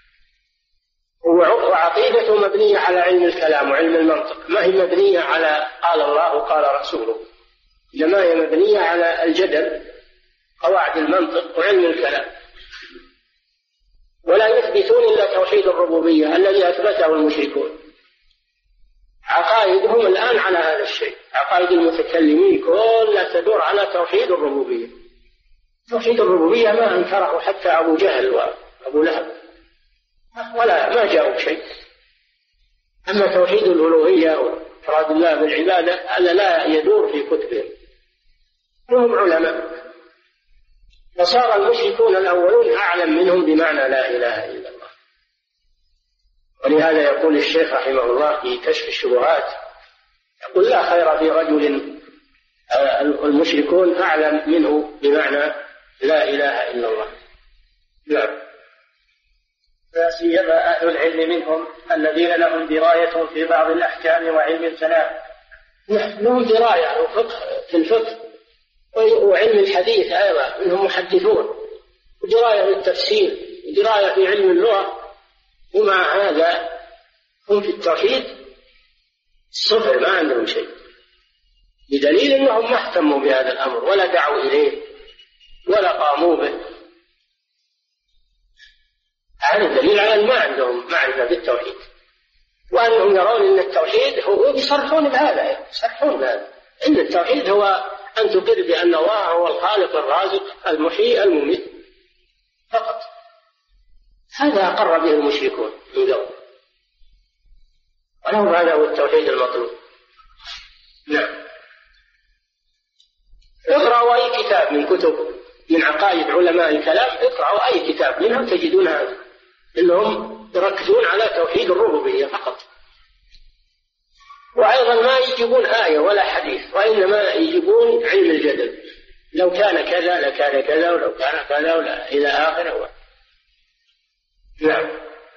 وعقيدته مبنية على علم الكلام وعلم المنطق، ما هي مبنية على قال الله وقال رسوله، إنما هي مبنية على الجدل، قواعد المنطق وعلم الكلام. ولا يثبتون إلا توحيد الربوبية الذي أثبته المشركون. عقائدهم الآن على هذا الشيء، عقائد المتكلمين كلها تدور على توحيد الربوبية. توحيد الربوبية ما انكره حتى أبو جهل وأبو لهب، ولا ما جاءوا شيء. أما توحيد الألوهية وإفراد الله بالعبادة هذا لا يدور في كتبهم، وهم علماء. فصار المشركون الأولون أعلم منهم بمعنى لا إله إلا الله. ولهذا يقول الشيخ رحمه الله في كشف الشبهات، يقول لا خير في رجل المشركون أعلم منه بمعنى لا إله إلا الله. نعم. لا سيما أهل العلم منهم الذين لهم دراية في بعض الأحكام وعلم الكلام. لهم دراية وفقه في الفقه وعلم الحديث أيضا، منهم محدثون، ودراية في التفسير ودراية في علم اللغة، ومع هذا هم في التوحيد صفر، ما عندهم شيء، بدليل أنهم ما اهتموا بهذا الأمر ولا دعوا إليه ولا قاموا به. هذا دليل على أن ما عندهم معرفة بالتوحيد، وأنهم يرون أن التوحيد هو يصرحون بهذا يصرحون بهذا أن التوحيد هو أن تقر بأن الله هو الخالق الرازق المحيي المميت فقط. هذا أقر به المشركون من قبل، ولهم هذا هو التوحيد المطلوب. نعم. اقرأوا أي كتاب من كتب من عقائد علماء الكلام، اقرأوا أي كتاب منهم تجدون هذا، إنهم يركزون على توحيد الربوبية فقط، وأيضا ما يجيبون آية ولا حديث، وإنما يجيبون علم الجدل، لو كان كذا لكان كذا، ولو كان كذا ولا إلى آخره. نعم.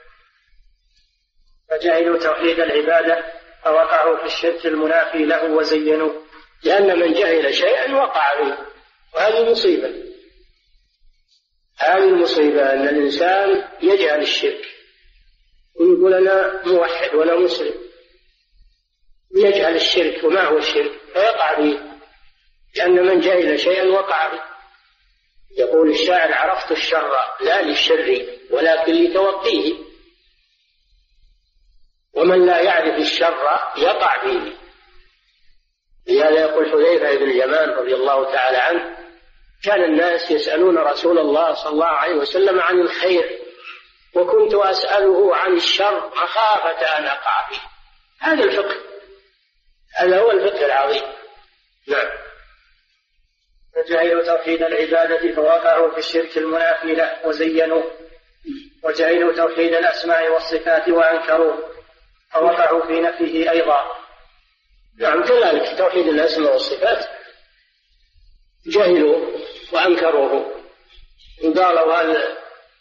فجعلوا توحيد العبادة فوقعوا في الشرك المنافي له وزينوه، لأن من جهل شيئا وقع فيه، وهذه مصيبة. هذه المصيبة أن الإنسان يجهل الشرك ويقول أنا موحد ولا مسلم، يجهل الشرك وما هو الشرك فيقع فيه، لأن من جهل شيئا وقع فيه. يقول الشاعر عرفت الشر لا للشر ولكن لتوقيه، ومن لا يعرف الشر يقع فيه. لهذا يقول حذيفة بن اليمان رضي الله تعالى عنه كان الناس يسألون رسول الله صلى الله عليه وسلم عن الخير، وكنت أسأله عن الشر مخافة أن أقع فيه. هذا الفقه، هذا هو الفقه العظيم. نعم. فجعلوا توحيد العبادة فوقعوا في الشرك المنافي له وزينوه، وجعلوا توحيد الأسماء والصفات وأنكروه فوقعوا في نفيه أيضا. نعم كذلك توحيد الأسماء والصفات جهلوا وأنكروه، وقالوا هل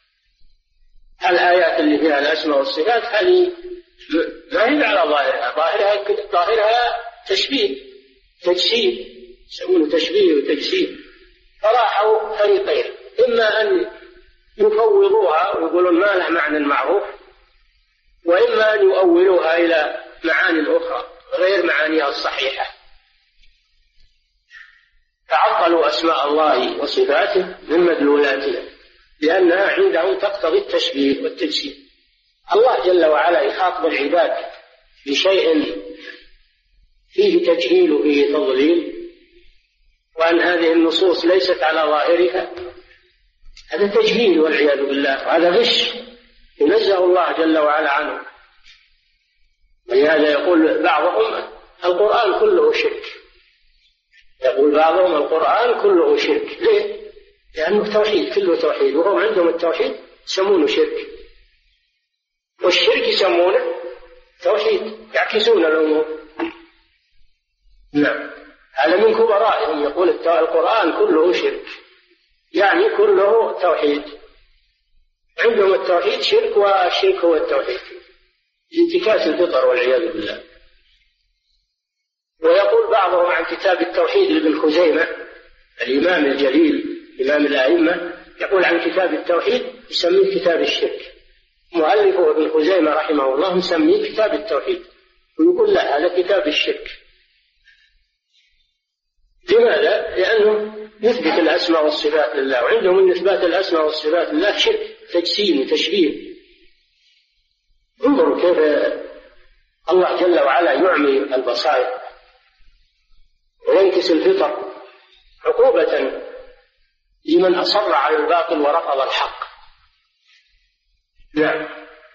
الآيات اللي فيها الأسماء والصفات هذه ما هي على ظاهرها، ظاهرها ظاهرها تشبيه تجسيم، يسمونه تشبيه وتجسيم. فراحوا فريقين، إما أن يفوضوها ويقولون ما لها معنى معروف، وإما أن يؤولوها إلى معاني أخرى غير معانيها الصحيحة. تعطلوا أسماء الله وصفاته من مدلولاتها، لأنها عندهم تقتضي التشبيه والتجسيم. الله جل وعلا يخاطب العباد بشيء فيه تجهيل وفيه تضليل، وأن هذه النصوص ليست على ظاهرها، هذا تجهيل والعياذ بالله، وهذا غش ينزه الله جل وعلا عنه. ولهذا يقول بعضهم القرآن كله شرك، يقول بعضهم القرآن كله شرك. ليه؟ لأنه توحيد، كله توحيد، وهم عندهم التوحيد يسمونه شرك، والشرك يسمونه توحيد، يعكسون الأمور. نعم. هذا من كبرائهم، يقول القرآن كله شرك، يعني كله توحيد. عندهم التوحيد شرك، والشرك هو التوحيد، انتكاس الفطر والعياذ بالله. ويقول بعضهم عن كتاب التوحيد لابن خزيمة الإمام الجليل إمام الأئمة، يقول عن كتاب التوحيد يسميه كتاب الشرك. مؤلفه ابن خزيمة رحمه الله مسميه كتاب التوحيد، ويقول لا هذا كتاب الشرك. لماذا؟ لأنه يثبت الأسماء والصفات لله، وعندهم من إثبات الأسماء والصفات لله شرك، تجسيم وتشبيه. انظروا كيف الله جل وعلا يعمي البصائر وينكس الفطر عقوبة لمن أصر على الباطل ورفض الحق. نعم.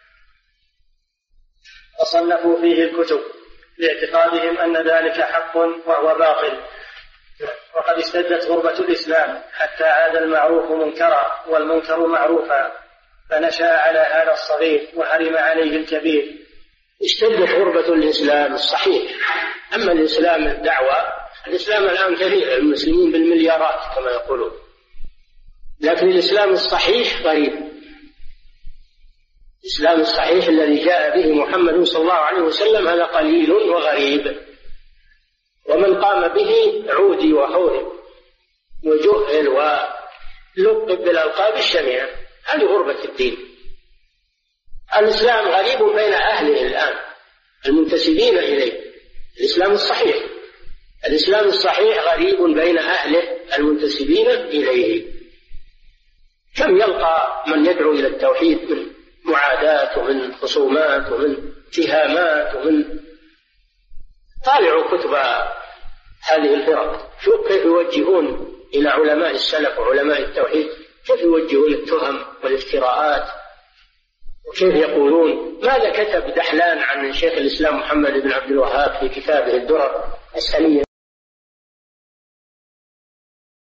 وصنفوا فيه الكتب لاعتقادهم أن ذلك حق وهو باطل، وقد اشتدت غربة الإسلام حتى عاد المعروف منكرا والمنكر معروفا، فنشأ على هذا الصغير وحرم عليه الكبير. اشتدت غربة الإسلام الصحيح. أما الإسلام الدعوة، الإسلام الآن كثير، المسلمين بالمليارات كما يقولون، لكن الإسلام الصحيح غريب. الإسلام الصحيح الذي جاء به محمد صلى الله عليه وسلم هذا قليل وغريب، ومن قام به عودي وحوري وجهل ولقب بالألقاب الشنيعة. هذه غربة الدين. الإسلام غريب بين أهله الآن المنتسبين إليه. الإسلام الصحيح الإسلام الصحيح غريب بين أهله المنتسبين إليه. كم يلقى من يدعو إلى التوحيد من معاداة ومن خصومات ومن اتهامات ومن. طالعوا كتب هذه الفرق، شوف كيف يوجهون إلى علماء السلف وعلماء التوحيد، كيف يوجهون التهم والافتراءات، وكيف يقولون. ماذا كتب دحلان عن شيخ الإسلام محمد بن عبد الوهاب في كتابه الدرر السنية؟